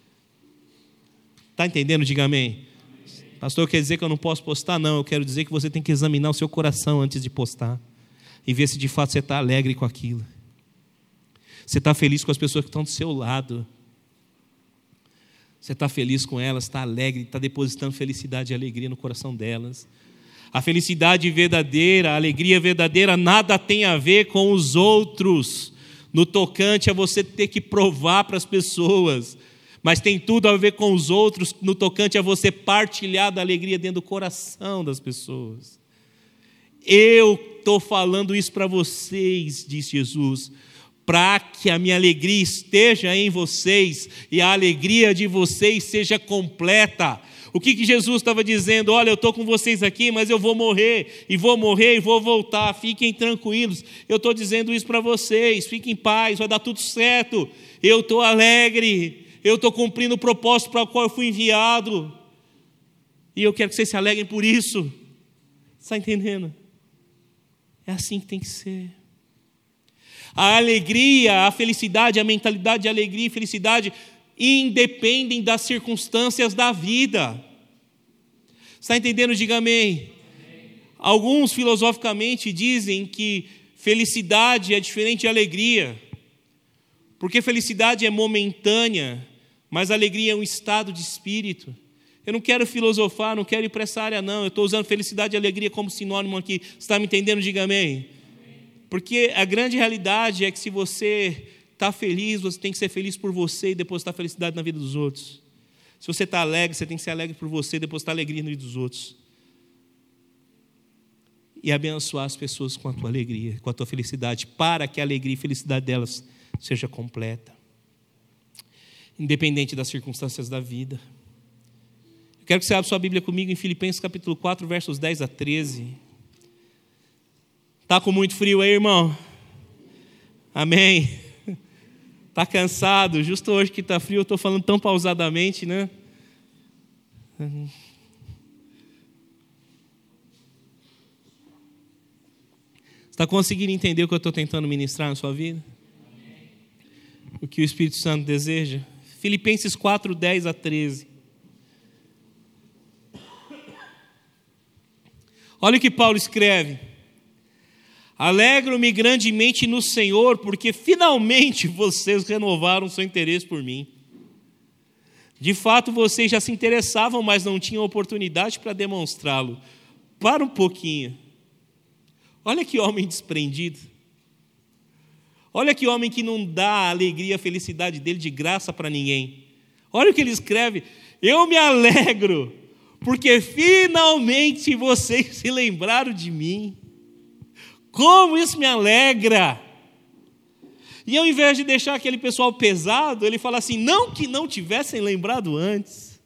Está entendendo? Diga amém. Pastor, quer dizer que eu não posso postar? Não, eu quero dizer que você tem que examinar o seu coração antes de postar e ver se de fato você está alegre com aquilo. Você está feliz com as pessoas que estão do seu lado. Você está feliz com elas, está alegre, está depositando felicidade e alegria no coração delas. A felicidade verdadeira, a alegria verdadeira, nada tem a ver com os outros, no tocante a você ter que provar para as pessoas, mas tem tudo a ver com os outros, no tocante a você partilhar da alegria dentro do coração das pessoas. Eu estou falando isso para vocês, disse Jesus, para que a minha alegria esteja em vocês e a alegria de vocês seja completa. O que Jesus estava dizendo? Olha, eu estou com vocês aqui, mas eu vou morrer e vou voltar, fiquem tranquilos. Eu estou dizendo isso para vocês, fiquem em paz, vai dar tudo certo. Eu estou alegre, eu estou cumprindo o propósito para o qual eu fui enviado. E eu quero que vocês se alegrem por isso. Está entendendo? É assim que tem que ser. A alegria, a felicidade, a mentalidade de alegria e felicidade independem das circunstâncias da vida. Está entendendo? Diga amém. Alguns filosoficamente dizem que felicidade é diferente de alegria, porque felicidade é momentânea, mas alegria é um estado de espírito. Eu não quero filosofar, não quero ir para essa área não, eu estou usando felicidade e alegria como sinônimo aqui. Você está me entendendo? Diga amém. Porque a grande realidade é que se você está feliz, você tem que ser feliz por você e depositar felicidade na vida dos outros. Se você está alegre, você tem que ser alegre por você e depositar alegria na vida dos outros. E abençoar as pessoas com a tua alegria, com a tua felicidade, para que a alegria e felicidade delas seja completa. Independente das circunstâncias da vida. Eu quero que você abra sua Bíblia comigo em Filipenses capítulo 4, versos 10 a 13. Está com muito frio aí, irmão? Amém? Está cansado? Justo hoje que está frio, eu estou falando tão pausadamente, né? Está conseguindo entender o que eu estou tentando ministrar na sua vida? O que o Espírito Santo deseja? Filipenses 4, 10 a 13. Olha o que Paulo escreve. Alegro-me grandemente no Senhor, porque finalmente vocês renovaram seu interesse por mim. De fato, vocês já se interessavam, mas não tinham oportunidade para demonstrá-lo. Para um pouquinho. Olha que homem desprendido. Olha que homem que não dá a alegria, a felicidade dele de graça para ninguém. Olha o que ele escreve. Eu me alegro, porque finalmente vocês se lembraram de mim. Como isso me alegra! E ao invés de deixar aquele pessoal pesado, ele fala assim, não que não tivessem lembrado antes.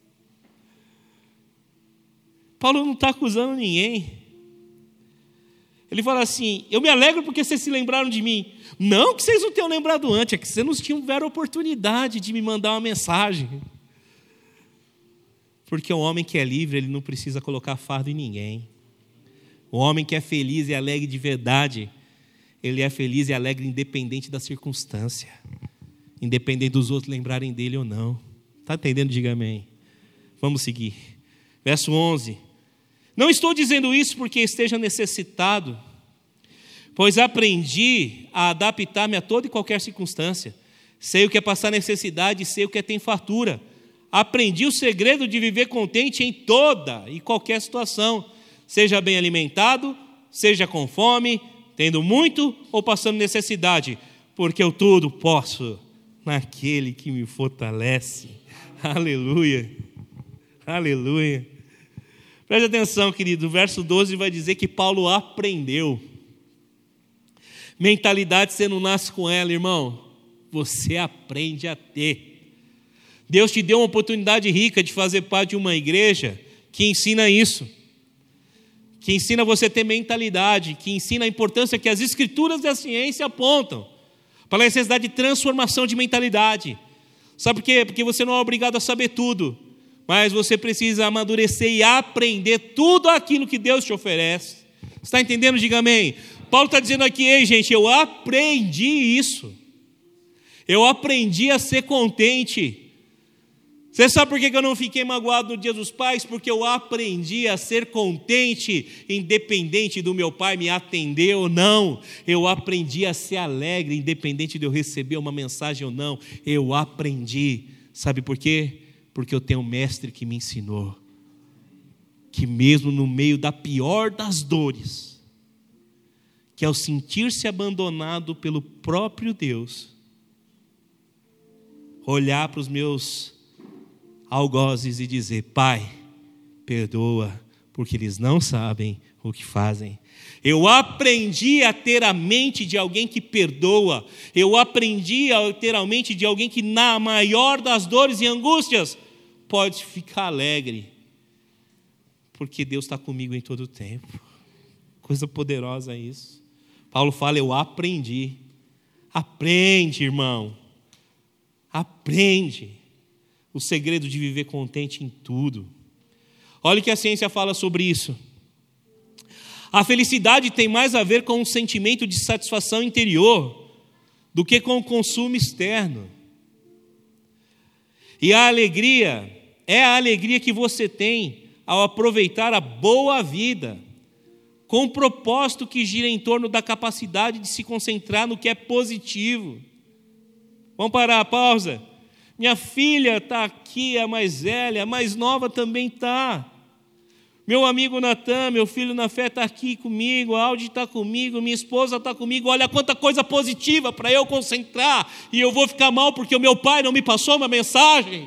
Paulo não está acusando ninguém. Ele fala assim, eu me alegro porque vocês se lembraram de mim. Não que vocês não tenham lembrado antes, é que vocês não tiveram oportunidade de me mandar uma mensagem. Porque o homem que é livre, ele não precisa colocar fardo em ninguém. O homem que é feliz e alegre de verdade, ele é feliz e alegre independente da circunstância. Independente dos outros lembrarem dele ou não. Está entendendo? Diga amém. Vamos seguir. Verso 11. Não estou dizendo isso porque esteja necessitado, pois aprendi a adaptar-me a toda e qualquer circunstância. Sei o que é passar necessidade e sei o que é ter fartura. Aprendi o segredo de viver contente em toda e qualquer situação. Seja bem alimentado, seja com fome, tendo muito ou passando necessidade, porque eu tudo posso naquele que me fortalece. Aleluia, aleluia. Preste atenção, querido, o verso 12 vai dizer que Paulo aprendeu. Mentalidade você não nasce com ela, irmão, você aprende a ter. Deus te deu uma oportunidade rica de fazer parte de uma igreja que ensina isso, que ensina você a ter mentalidade, que ensina a importância que as escrituras e a ciência apontam para a necessidade de transformação de mentalidade. Sabe por quê? Porque você não é obrigado a saber tudo, mas você precisa amadurecer e aprender tudo aquilo que Deus te oferece. Você está entendendo? Diga amém. Paulo está dizendo aqui: ei gente, eu aprendi isso, eu aprendi a ser contente. Você sabe por que eu não fiquei magoado no Dia dos Pais? Porque eu aprendi a ser contente, independente do meu pai me atender ou não. Eu aprendi a ser alegre, independente de eu receber uma mensagem ou não. Eu aprendi. Sabe por quê? Porque eu tenho um mestre que me ensinou que mesmo no meio da pior das dores, que ao sentir-se abandonado pelo próprio Deus, olhar para os meus algozes e dizer: Pai, perdoa, porque eles não sabem o que fazem. Eu aprendi a ter a mente de alguém que perdoa. Eu aprendi a ter a mente de alguém que na maior das dores e angústias pode ficar alegre, porque Deus está comigo em todo o tempo. Coisa poderosa isso. Paulo fala: eu aprendi. Aprende, irmão. Aprende o segredo de viver contente em tudo. Olha o que a ciência fala sobre isso. A felicidade tem mais a ver com um sentimento de satisfação interior do que com o consumo externo. E a alegria é a alegria que você tem ao aproveitar a boa vida, com um propósito que gira em torno da capacidade de se concentrar no que é positivo. Vamos parar, pausa. Minha filha está aqui, a mais velha, a mais nova também está. Meu amigo Natan, meu filho na fé está aqui comigo, a Audi está comigo, minha esposa está comigo. Olha quanta coisa positiva para eu concentrar, e eu vou ficar mal porque o meu pai não me passou uma mensagem.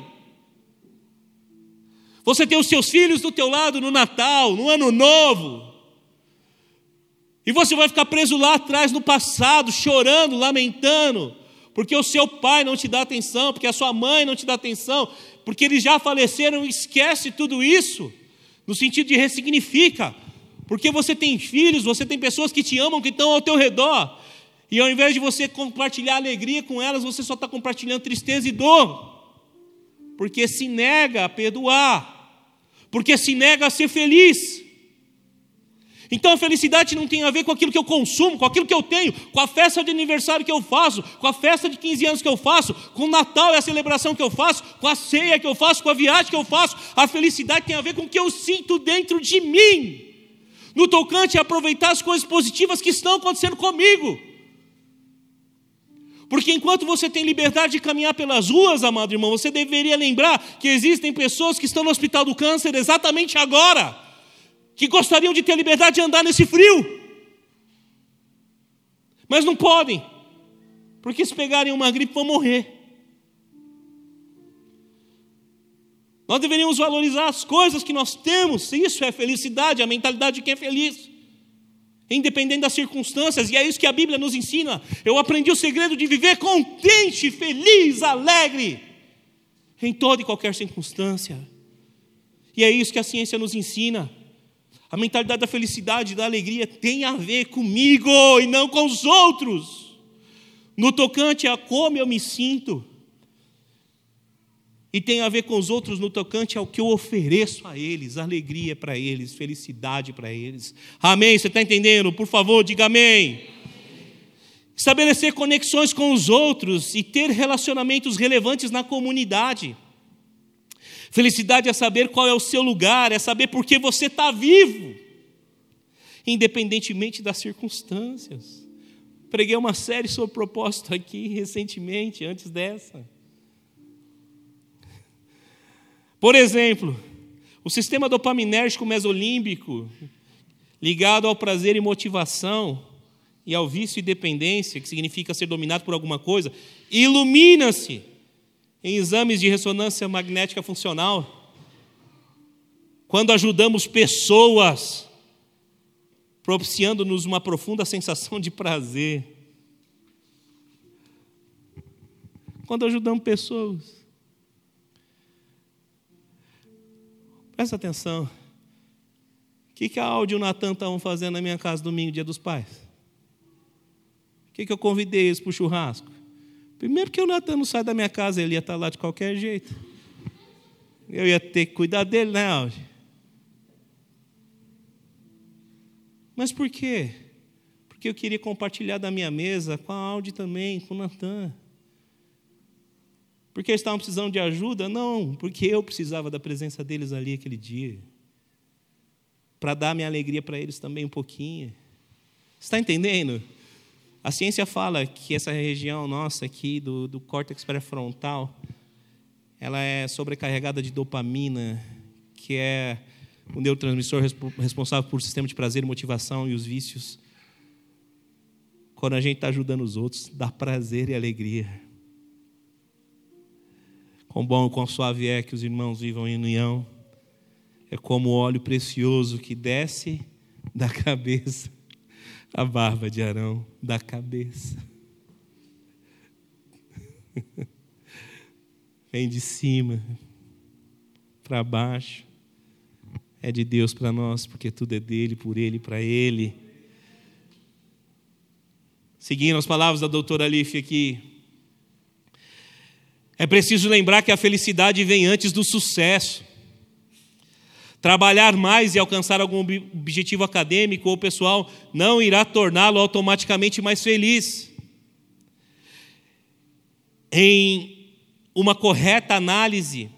Você tem os seus filhos do teu lado no Natal, no Ano Novo, e você vai ficar preso lá atrás no passado, chorando, lamentando, porque o seu pai não te dá atenção, porque a sua mãe não te dá atenção, porque eles já faleceram. Esquece tudo isso, no sentido de ressignifica, porque você tem filhos, você tem pessoas que te amam, que estão ao teu redor, e ao invés de você compartilhar alegria com elas, você só está compartilhando tristeza e dor, porque se nega a perdoar, porque se nega a ser feliz. Então a felicidade não tem a ver com aquilo que eu consumo, com aquilo que eu tenho, com a festa de aniversário que eu faço, com a festa de 15 anos que eu faço, com o Natal e a celebração que eu faço, com a ceia que eu faço, com a viagem que eu faço. A felicidade tem a ver com o que eu sinto dentro de mim, no tocante a aproveitar as coisas positivas que estão acontecendo comigo. Porque enquanto você tem liberdade de caminhar pelas ruas, amado irmão, você deveria lembrar que existem pessoas que estão no hospital do câncer exatamente agora, que gostariam de ter a liberdade de andar nesse frio, mas não podem, porque se pegarem uma gripe vão morrer. Nós deveríamos valorizar as coisas que nós temos. Isso é felicidade, a mentalidade de quem é feliz, independente das circunstâncias. E é isso que a Bíblia nos ensina. Eu aprendi o segredo de viver contente, feliz, alegre, em toda e qualquer circunstância. E é isso que a ciência nos ensina. A mentalidade da felicidade, da alegria tem a ver comigo e não com os outros, no tocante a como eu me sinto, e tem a ver com os outros no tocante ao que eu ofereço a eles, alegria para eles, felicidade para eles. Amém? Você está entendendo? Por favor, diga amém. Estabelecer conexões com os outros e ter relacionamentos relevantes na comunidade. Felicidade é saber qual é o seu lugar, é saber por que você está vivo, independentemente das circunstâncias. Preguei uma série sobre propósito aqui recentemente, antes dessa. Por exemplo, o sistema dopaminérgico mesolímbico, ligado ao prazer e motivação, e ao vício e dependência, que significa ser dominado por alguma coisa, ilumina-se em exames de ressonância magnética funcional, quando ajudamos pessoas, propiciando-nos uma profunda sensação de prazer. Quando ajudamos pessoas. Presta atenção. O que a Aldi e o Natan estavam fazendo na minha casa domingo, dia dos pais? O que eu convidei eles para o churrasco? Primeiro porque o Natan não sai da minha casa, ele ia estar lá de qualquer jeito. Eu ia ter que cuidar dele, né, Aldi? Mas por quê? Porque eu queria compartilhar da minha mesa com a Aldi também, com o Natan. Porque eles estavam precisando de ajuda? Não, porque eu precisava da presença deles ali aquele dia. Para dar minha alegria para eles também um pouquinho. Você está entendendo? A ciência fala que essa região nossa aqui, do córtex pré-frontal, ela é sobrecarregada de dopamina, que é o neurotransmissor responsável por sistema de prazer e motivação e os vícios. Quando a gente está ajudando os outros, dá prazer e alegria. Quão bom, quão suave é que os irmãos vivam em união. É como óleo precioso que desce da cabeça, a barba de Arão, da cabeça. Vem de cima para baixo. É de Deus para nós, porque tudo é dele, por ele, para ele. Seguindo as palavras da doutora Alife aqui, é preciso lembrar que a felicidade vem antes do sucesso. Trabalhar mais e alcançar algum objetivo acadêmico ou pessoal não irá torná-lo automaticamente mais feliz. Em uma correta análise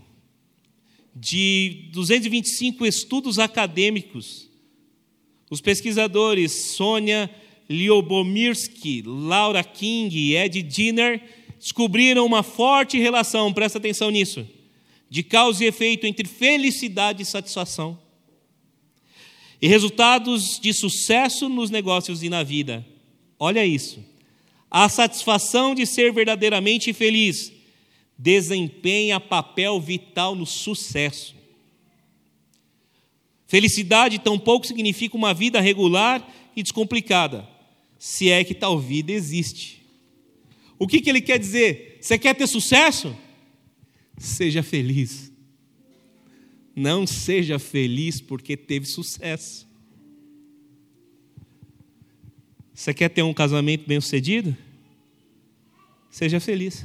de 225 estudos acadêmicos, os pesquisadores Sônia Lyubomirsky, Laura King e Ed Diener descobriram uma forte relação, presta atenção nisso, de causa e efeito entre felicidade e satisfação, e resultados de sucesso nos negócios e na vida. Olha isso. A satisfação de ser verdadeiramente feliz desempenha papel vital no sucesso. Felicidade tampouco significa uma vida regular e descomplicada, se é que tal vida existe. O que ele quer dizer? Você quer ter sucesso? Seja feliz. Não seja feliz porque teve sucesso. Você quer ter um casamento bem-sucedido? Seja feliz.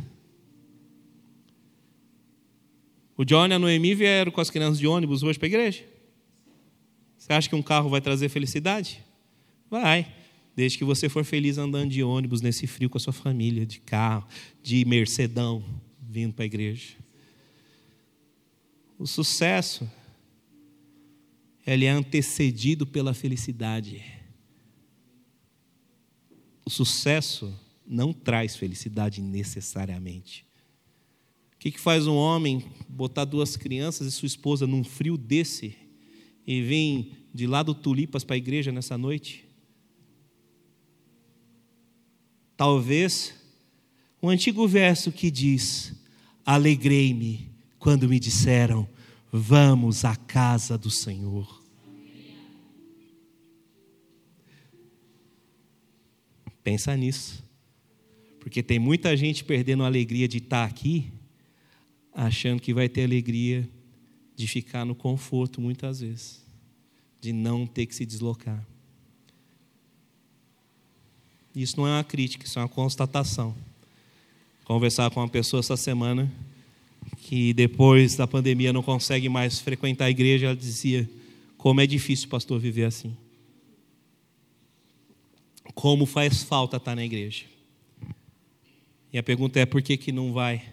O John e a Noemi vieram com as crianças de ônibus hoje para a igreja. Você acha que um carro vai trazer felicidade? Vai. Desde que você for feliz andando de ônibus nesse frio com a sua família, de carro, de Mercedão, vindo para a igreja. O sucesso, ele é antecedido pela felicidade. O sucesso não traz felicidade necessariamente. O que faz um homem botar 2 crianças e sua esposa num frio desse e vir de lá do Tulipas para a igreja nessa noite? Talvez o antigo verso que diz: alegrei-me quando me disseram, vamos à casa do Senhor. Pensa nisso, porque tem muita gente perdendo a alegria de estar aqui, achando que vai ter alegria de ficar no conforto muitas vezes, de não ter que se deslocar. Isso não é uma crítica, isso é uma constatação. Conversar com uma pessoa essa semana que depois da pandemia não consegue mais frequentar a igreja, ela dizia: como é difícil, pastor, viver assim. Como faz falta estar na igreja. E a pergunta é: por que não vai?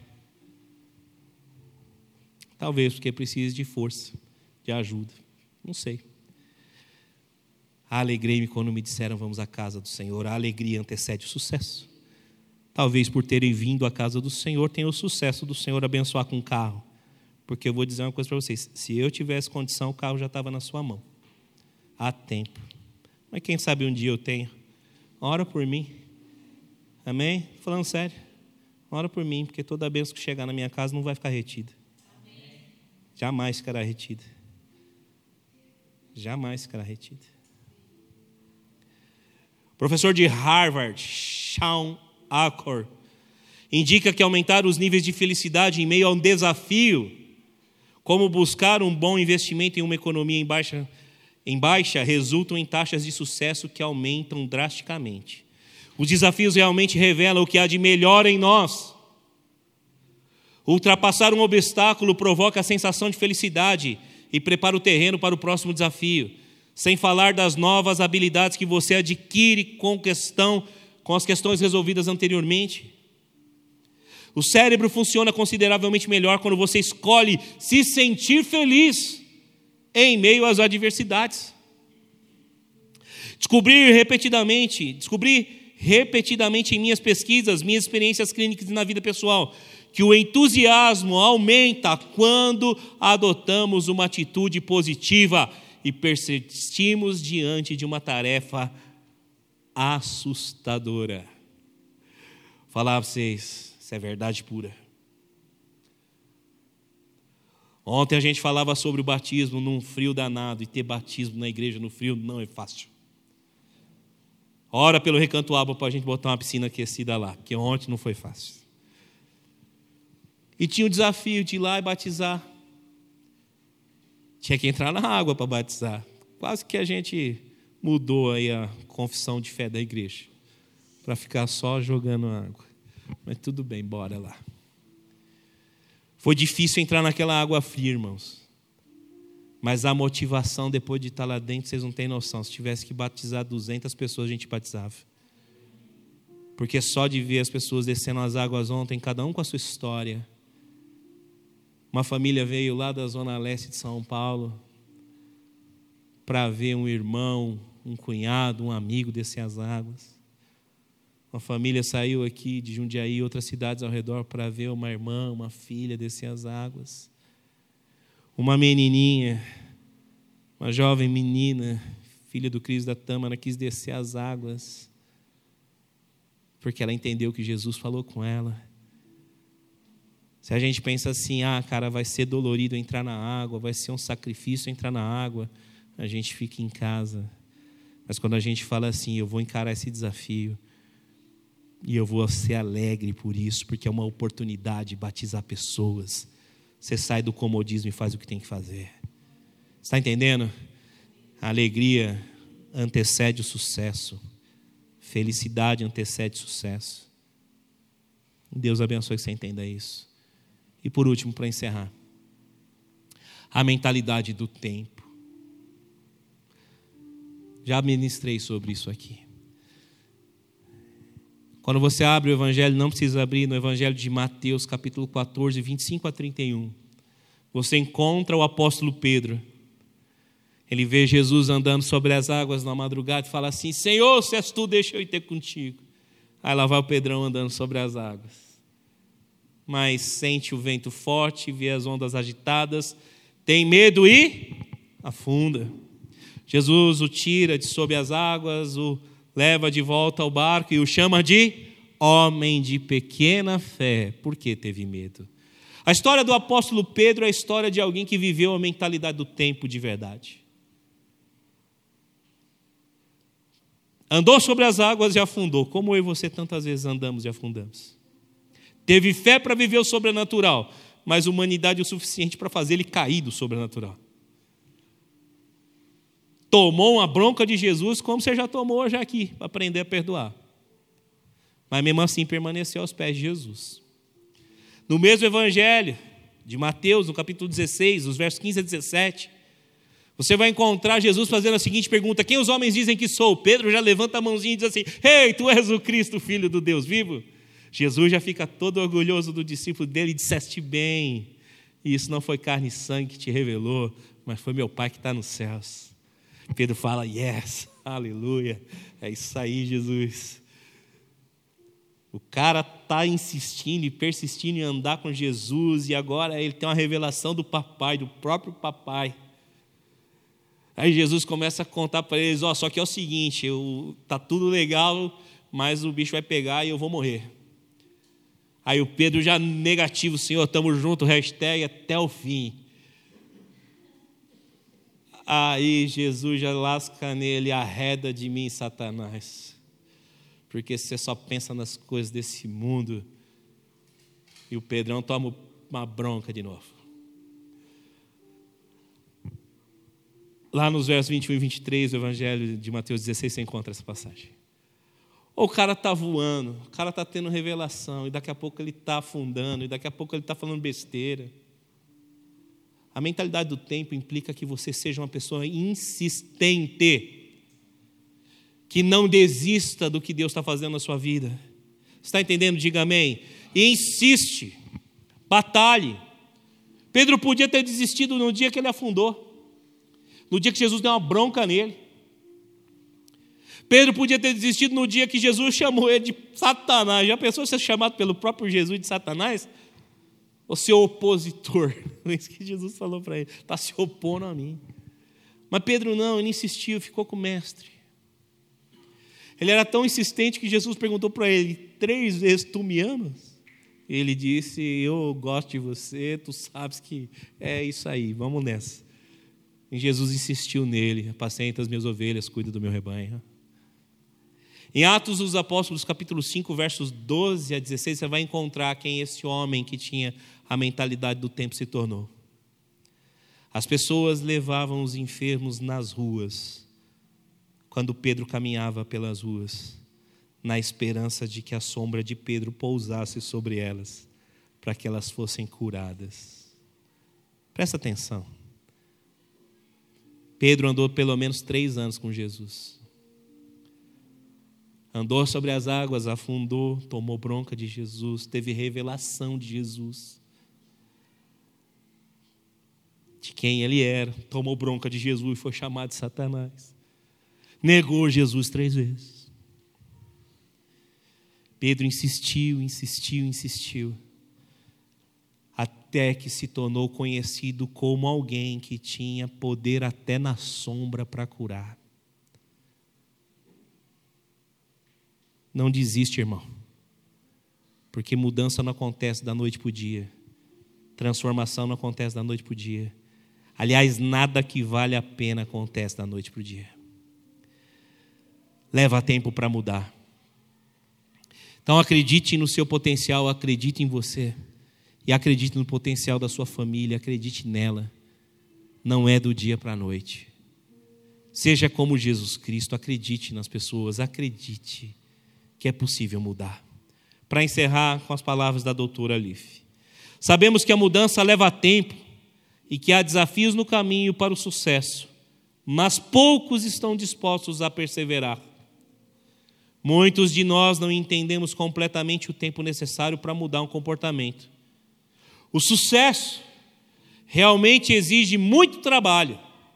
Talvez porque precise de força, de ajuda. Não sei. Alegrei-me quando me disseram, vamos à casa do Senhor. A alegria antecede o sucesso. Talvez por terem vindo à casa do Senhor, tenha o sucesso do Senhor abençoar com um carro. Porque eu vou dizer uma coisa para vocês: se eu tivesse condição, o carro já estava na sua mão. Há tempo. Mas quem sabe um dia eu tenho. Ora por mim. Amém? Falando sério. Ora por mim, porque toda bênção que chegar na minha casa não vai ficar retida. Jamais ficará retida. Jamais ficará retida. Professor de Harvard, Sean Acor, indica que aumentar os níveis de felicidade em meio a um desafio Como buscar um bom investimento em uma economia em baixa resultam em taxas de sucesso que aumentam drasticamente. Os desafios realmente revelam o que há de melhor em nós. Ultrapassar um obstáculo provoca a sensação de felicidade e prepara o terreno para o próximo desafio, sem falar das novas habilidades que você adquire com as questões resolvidas anteriormente. O cérebro funciona consideravelmente melhor quando você escolhe se sentir feliz em meio às adversidades. Descobri repetidamente em minhas pesquisas, minhas experiências clínicas e na vida pessoal, que o entusiasmo aumenta quando adotamos uma atitude positiva e persistimos diante de uma tarefa assustadora. Vou falar para vocês, isso é verdade pura. Ontem a gente falava sobre o batismo num frio danado, e ter batismo na igreja no frio não é fácil. Ora pelo Recanto Aba para a gente botar uma piscina aquecida lá, porque ontem não foi fácil. E tinha o desafio de ir lá e batizar. Tinha que entrar na água para batizar. Quase que a gente mudou aí a confissão de fé da igreja, para ficar só jogando água. Mas tudo bem, bora lá. Foi difícil entrar naquela água fria, irmãos. Mas a motivação depois de estar lá dentro, vocês não têm noção. Se tivesse que batizar 200 pessoas, a gente batizava. Porque só de ver as pessoas descendo as águas ontem, cada um com a sua história. Uma família veio lá da zona leste de São Paulo para ver um irmão, um cunhado, um amigo descer as águas. Uma família saiu aqui de Jundiaí e outras cidades ao redor para ver uma irmã, uma filha descer as águas. Uma menininha, uma jovem menina, filha do Cris da Tâmara, quis descer as águas porque ela entendeu que Jesus falou com ela. Se a gente pensa assim, cara, vai ser dolorido entrar na água, vai ser um sacrifício entrar na água, a gente fica em casa. Mas quando a gente fala assim, eu vou encarar esse desafio, e eu vou ser alegre por isso, porque é uma oportunidade de batizar pessoas. Você sai do comodismo e faz o que tem que fazer. Está entendendo? A alegria antecede o sucesso. Felicidade antecede sucesso. Deus abençoe que você entenda isso. E por último, para encerrar, a mentalidade do tempo. Já ministrei sobre isso aqui. Quando você abre o Evangelho, não precisa abrir no Evangelho de Mateus, capítulo 14, 25 a 31. Você encontra o apóstolo Pedro. Ele vê Jesus andando sobre as águas na madrugada e fala assim, Senhor, se és tu, deixa eu ir ter contigo. Aí lá vai o Pedrão andando sobre as águas. Mas sente o vento forte, vê as ondas agitadas, tem medo e afunda. Jesus o tira de sob as águas, o leva de volta ao barco e o chama de homem de pequena fé. Por que teve medo? A história do apóstolo Pedro é a história de alguém que viveu a mentalidade do tempo de verdade. Andou sobre as águas e afundou, como eu e você tantas vezes andamos e afundamos. Teve fé para viver o sobrenatural, mas humanidade o suficiente para fazer ele cair do sobrenatural. Tomou uma bronca de Jesus, como você já tomou hoje aqui, para aprender a perdoar. Mas mesmo assim permaneceu aos pés de Jesus. No mesmo evangelho de Mateus, no capítulo 16, os versos 15 a 17, você vai encontrar Jesus fazendo a seguinte pergunta, quem os homens dizem que sou? Pedro já levanta a mãozinha e diz assim, ei, tu és o Cristo, filho do Deus vivo? Jesus já fica todo orgulhoso do discípulo dele e disseste bem, e isso não foi carne e sangue que te revelou, mas foi meu Pai que está nos céus. Pedro fala, yes, aleluia, é isso aí, Jesus. O cara está insistindo e persistindo em andar com Jesus, e agora ele tem uma revelação do papai, do próprio papai. Aí Jesus começa a contar para eles, só que é o seguinte, está tudo legal, mas o bicho vai pegar e eu vou morrer. Aí o Pedro já negativo, Senhor, estamos juntos, hashtag até o fim. Aí Jesus já lasca nele, arreda de mim, Satanás. Porque você só pensa nas coisas desse mundo. E o Pedrão toma uma bronca de novo. Lá nos versos 21 e 23 do Evangelho de Mateus 16, você encontra essa passagem. Ou o cara está voando, o cara está tendo revelação, e daqui a pouco ele está afundando, e daqui a pouco ele está falando besteira. A mentalidade do tempo implica que você seja uma pessoa insistente, que não desista do que Deus está fazendo na sua vida. Você está entendendo? Diga amém. E insiste, batalhe. Pedro podia ter desistido no dia que ele afundou, no dia que Jesus deu uma bronca nele. Pedro podia ter desistido no dia que Jesus chamou ele de Satanás. Já pensou ser chamado pelo próprio Jesus de Satanás? O seu opositor. É isso que Jesus falou para ele. Está se opondo a mim. Mas Pedro não, ele insistiu, ficou com o mestre. Ele era tão insistente que Jesus perguntou para ele: 3 vezes tu me amas? Ele disse: eu gosto de você, tu sabes que é isso aí, vamos nessa. E Jesus insistiu nele: apacenta as minhas ovelhas, cuida do meu rebanho. Em Atos dos Apóstolos, capítulo 5, versos 12 a 16, você vai encontrar quem esse homem que tinha a mentalidade do tempo se tornou. As pessoas levavam os enfermos nas ruas, quando Pedro caminhava pelas ruas, na esperança de que a sombra de Pedro pousasse sobre elas, para que elas fossem curadas. Presta atenção. Pedro andou pelo menos 3 anos com Jesus. Andou sobre as águas, afundou, tomou bronca de Jesus, teve revelação de Jesus, de quem ele era, tomou bronca de Jesus e foi chamado de Satanás. Negou Jesus 3 vezes. Pedro insistiu, até que se tornou conhecido como alguém que tinha poder até na sombra para curar. Não desiste, irmão, porque mudança não acontece da noite para o dia, transformação não acontece da noite para o dia. Aliás, nada que vale a pena acontece da noite para o dia. Leva tempo para mudar. Então acredite no seu potencial, acredite em você, e acredite no potencial da sua família, acredite nela. Não é do dia para a noite. Seja como Jesus Cristo, acredite nas pessoas, acredite que é possível mudar. Para encerrar com as palavras da doutora Leaf. Sabemos que a mudança leva tempo e que há desafios no caminho para o sucesso, mas poucos estão dispostos a perseverar. Muitos de nós não entendemos completamente o tempo necessário para mudar um comportamento. O sucesso realmente exige muito trabalho.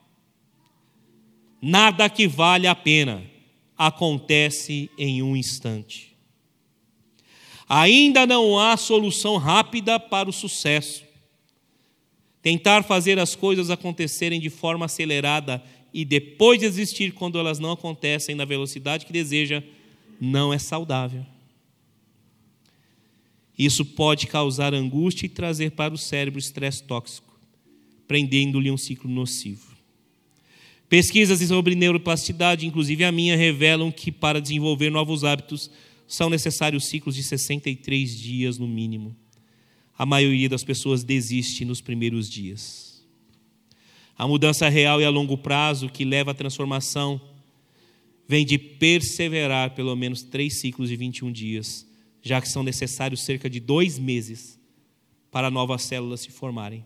Nada que vale a pena acontece em um instante. Ainda não há solução rápida para o sucesso. Tentar fazer as coisas acontecerem de forma acelerada e depois desistir quando elas não acontecem na velocidade que deseja, não é saudável. Isso pode causar angústia e trazer para o cérebro estresse tóxico, prendendo-lhe um ciclo nocivo. Pesquisas sobre neuroplasticidade, inclusive a minha, revelam que para desenvolver novos hábitos são necessários ciclos de 63 dias no mínimo. A maioria das pessoas desiste nos primeiros dias. A mudança real e a longo prazo que leva à transformação vem de perseverar pelo menos 3 ciclos de 21 dias, já que são necessários cerca de 2 meses para novas células se formarem.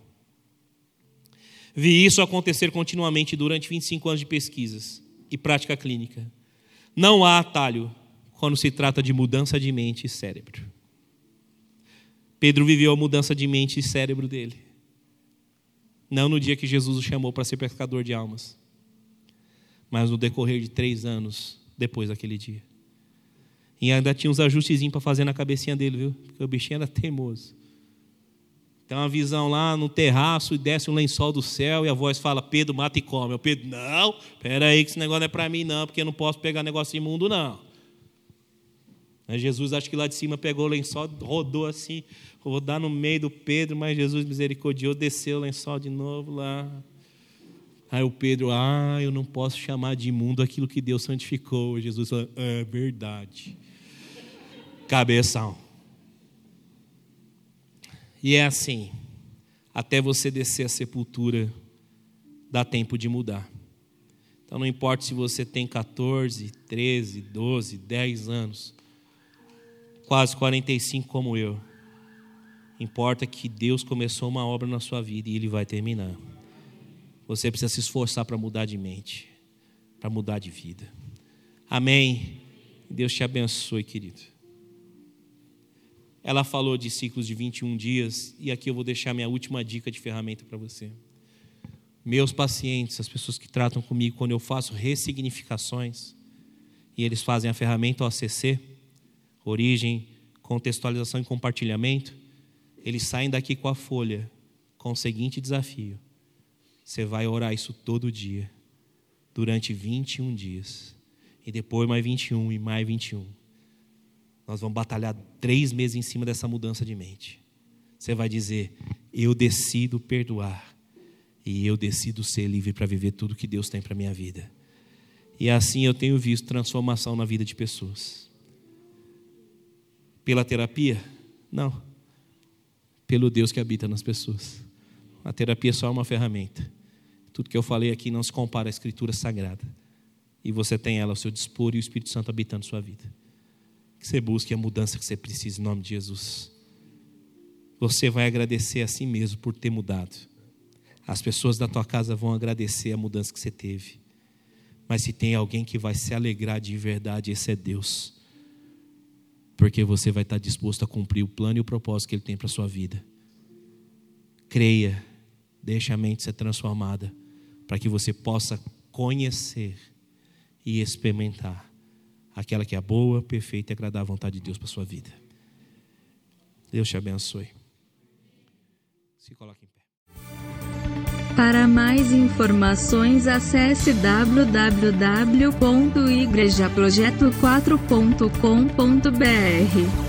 Vi isso acontecer continuamente durante 25 anos de pesquisas e prática clínica. Não há atalho quando se trata de mudança de mente e cérebro. Pedro viveu a mudança de mente e cérebro dele. Não no dia que Jesus o chamou para ser pescador de almas, mas no decorrer de 3 anos depois daquele dia. E ainda tinha uns ajustezinhos para fazer na cabecinha dele, viu? Porque o bichinho era teimoso. Tem uma visão lá no terraço e desce um lençol do céu e a voz fala: Pedro, mata e come. O Pedro: não, espera aí que esse negócio não é para mim não, porque eu não posso pegar negócio imundo não. Aí Jesus, acho que lá de cima pegou o lençol, rodou assim, rodar no meio do Pedro, mas Jesus misericordioso desceu o lençol de novo lá. Aí o Pedro: eu não posso chamar de imundo aquilo que Deus santificou. Jesus falou: é verdade. Cabeção. E é assim, até você descer à sepultura, dá tempo de mudar. Então não importa se você tem 14, 13, 12, 10 anos, quase 45 como eu. Importa que Deus começou uma obra na sua vida e Ele vai terminar. Você precisa se esforçar para mudar de mente, para mudar de vida. Amém? Deus te abençoe, querido. Ela falou de ciclos de 21 dias e aqui eu vou deixar minha última dica de ferramenta para você. Meus pacientes, as pessoas que tratam comigo, quando eu faço ressignificações e eles fazem a ferramenta OCC, origem, contextualização e compartilhamento, eles saem daqui com a folha, com o seguinte desafio: você vai orar isso todo dia, durante 21 dias, e depois mais 21 e mais 21. Nós vamos batalhar 3 meses em cima dessa mudança de mente. Você vai dizer: eu decido perdoar, e eu decido ser livre para viver tudo que Deus tem para a minha vida. E assim eu tenho visto transformação na vida de pessoas. Pela terapia? Não. Pelo Deus que habita nas pessoas. A terapia é só uma ferramenta. Tudo que eu falei aqui não se compara à Escritura Sagrada. E você tem ela ao seu dispor e o Espírito Santo habitando sua vida. Que você busque a mudança que você precisa em nome de Jesus. Você vai agradecer a si mesmo por ter mudado. As pessoas da tua casa vão agradecer a mudança que você teve. Mas se tem alguém que vai se alegrar de verdade, esse é Deus. Porque você vai estar disposto a cumprir o plano e o propósito que Ele tem para a sua vida. Creia, deixe a mente ser transformada, para que você possa conhecer e experimentar aquela que é a boa, perfeita e agradável vontade de Deus para a sua vida. Deus te abençoe. Se coloque em pé. Para mais informações, acesse www.igrejaprojeto4.com.br.